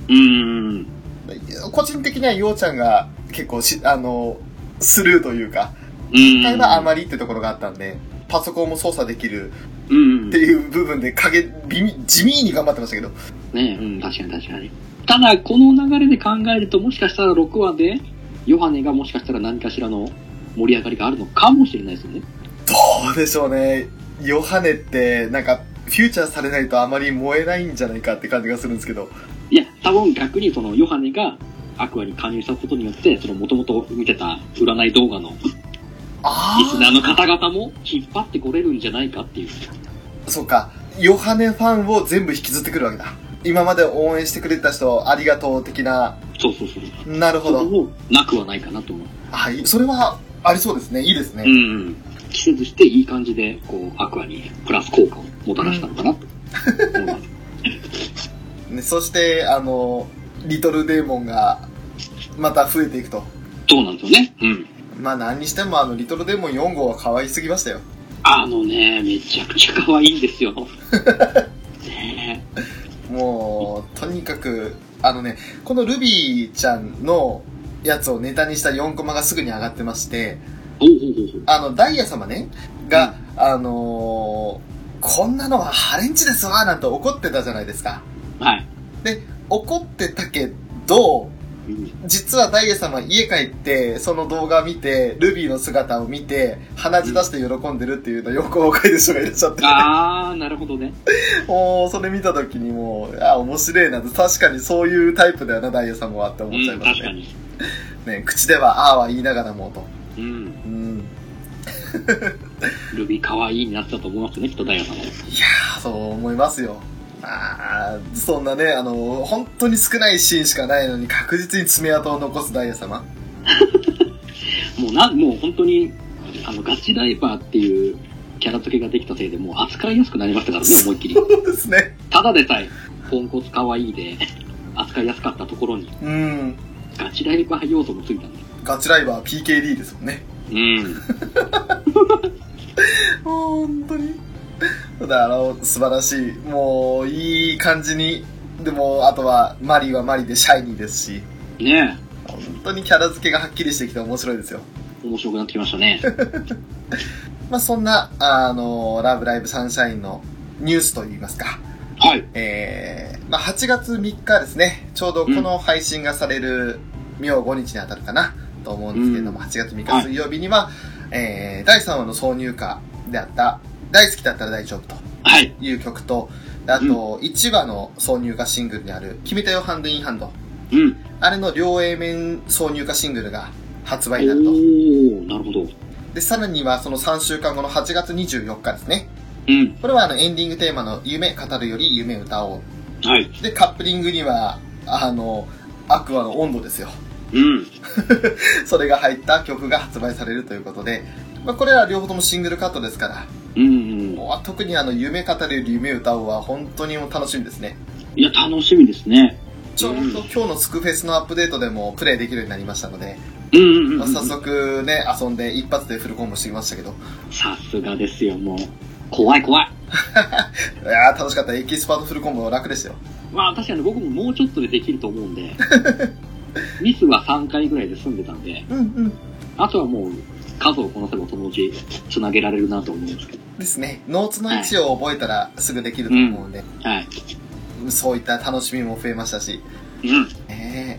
個人的にはヨウちゃんが結構スルーというか、今回はあまりってところがあったんで、パソコンも操作できるっていう部分で地味に頑張ってましたけど。 ねえ、確かに確かに。ただ、この流れで考えると、もしかしたら6話で、ヨハネがもしかしたら何かしらの盛り上がりがあるのかもしれないですよね。 どうでしょうね。ヨハネって、なんか、フューチャーされないとあまり燃えないんじゃないかって感じがするんですけど。 いや、多分逆にそのヨハネがアクアに加入したことによって、その元々見てた占い動画のリスナーの方々も引っ張ってこれるんじゃないかっていう。 そうか。ヨハネファンを全部引きずってくるわけだ。今まで応援してくれた人、ありがとう的な。 そう。 なるほど。 もなくはないかなと思う。 はい。それはありそうですね。いいですね。 季節していい感じで、こう、アクアにプラス効果をもたらしたのかなと思います。 ね、そして、リトルデーモンが、また増えていくと。 そうなんですよね。 まあ何にしてもリトルデーモン4号は可愛すぎましたよ。 めちゃくちゃ可愛いんですよ。ね、 もう、とにかく、このルビーちゃんのやつをネタにした4コマがすぐに上がってまして、ダイヤ様ね、が、こんなのはハレンチですわ、なんて怒ってたじゃないですか。 はい。 で、怒ってたけど、実はダイヤ様家帰ってその動画を見てルビーの姿を見て鼻血出して喜んでるっていうのをよく書いてる人がいらっしゃって、 なるほどね。 もうそれ見た時にもう面白いなと、確かにそういうタイプだよなダイヤ様はって思っちゃいますね。確かにね、口ではは言いながらもとルビー可愛いになったと思いますね、きっとダイヤ様。いやー、そう思いますよ。そんなね、本当に少ないシーンしかないのに確実に爪痕を残すダイヤ様。 もう本当に、ガチダイバーっていうキャラ付けができたせいで、もう扱いやすくなりましたからね、思いっきり。 そうですね。 ただでさえ、ポンコツ可愛いで、扱いやすかったところに、ガチダイバー要素もついたんで。 ガチダイバー PKD ですもんね。本当に。だから素晴らしい。もう、いい感じに。でも、あとは、マリーはマリーでシャイニーですし。 ねえ。本当にキャラ付けがはっきりしてきて面白いですよ。 面白くなってきましたね。 まあそんな、ラブライブサンシャインのニュースといいますか。 はい。 まあ8月3日ですね。ちょうどこの配信がされる明5日に当たるかなと思うんですけれども、8月3日水曜日には、第3話の挿入歌であった、大好きだったら大丈夫という曲と、あと1話の挿入歌シングルである決めたよハンドインハンド、あれの両 A 面挿入歌シングルが発売になると。 なるほど。 でさらにはその3週間後の8月24日ですね。これはエンディングテーマの夢語るより夢歌おう。でカップリングにはアクアの温度ですよ。それが入った曲が発売されるということで、まあ、これは両方ともシングルカットですから、特に夢語るより夢歌おうは本当にも楽しみですね。 いや、楽しみですね。 ちょうど今日のスクフェスのアップデートでもプレイできるようになりましたので、早速ね、遊んで一発でフルコンボしてきましたけど。 さすがですよ、もう。怖い。いやー、楽しかった。エキスパートフルコンボ楽でしたよ。 まあ確かに僕ももうちょっとでできると思うんで、ミスは3回ぐらいで済んでたんで、あとはもう数をこなせばそのうちつなげられるなと思うんですけど。 ですね。ノーツの位置を覚えたらすぐできると思うんで、そういった楽しみも増えましたし、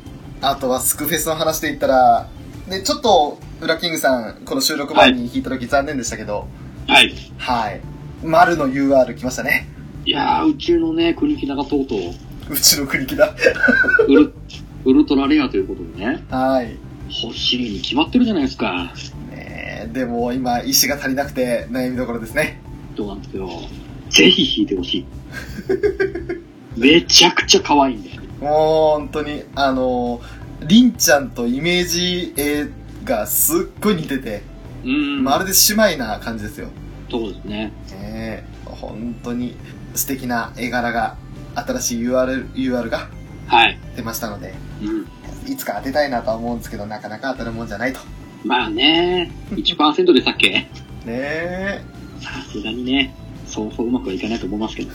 あとはスクフェスの話で言ったら、で、ちょっと、ウラキングさん、この収録前に弾いた時残念でしたけど、 はい。 はい。丸の UR 来ましたね。 いやー、うちのね、国木田がとうとう。 うちの国木田。 ウルトラレアということでね。 はい。 欲しいに決まってるじゃないですか。 ねえ、でも今、石が足りなくて悩みどころですね。 そうなんですよ。ぜひ弾いてほしい。めちゃくちゃ可愛いんだよ。 もう、本当に、りんちゃんとイメージ絵がすっごい似てて、まるで姉妹な感じですよ。 そうですね。 本当に素敵な絵柄が、新しい UR が出ましたので、いつか当てたいなとは思うんですけど、なかなか当たるもんじゃないと。 まあね、1% でしたっけ？ ねえ。 さすがにね、そうそううまくはいかないと思いますけど。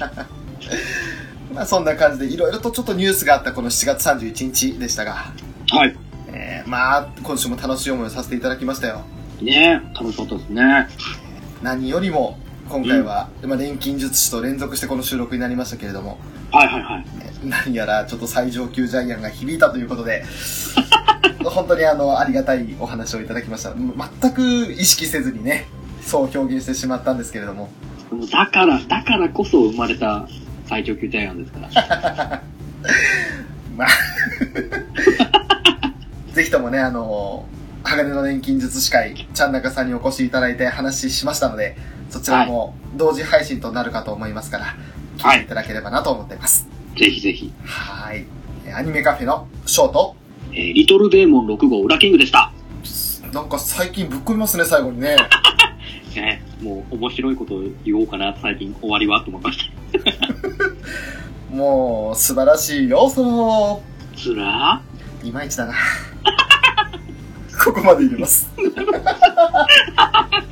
まあそんな感じでいろいろとちょっとニュースがあったこの7月31日でしたが、 はい。 まあ今週も楽しい思いをさせていただきましたよ。 ねえ、楽しかったですね。 何よりも今回は、錬金術師と連続してこの収録になりましたけれども、 はいはいはい。 何やらちょっと最上級ジャイアンが響いたということで、本当にありがたいお話をいただきました。全く意識せずにね、そう表現してしまったんですけれども。 だからこそ生まれた最上級ジャイアンですから。 まあぜひともね、鋼の錬金術師会、ちゃんなかさんにお越しいただいて話しましたので、そちらも同時配信となるかと思いますから、聞いていただければなと思っています。 ぜひぜひ。 はい。アニメカフェのショート、 リトルデーモン6号ウラキングでした。 なんか最近ぶっ込みますね、最後にね。 もう面白いことを言おうかな、最近終わりはと思いました。 もう素晴らしい要素。 つらーいまいちだな。ここまで入れます。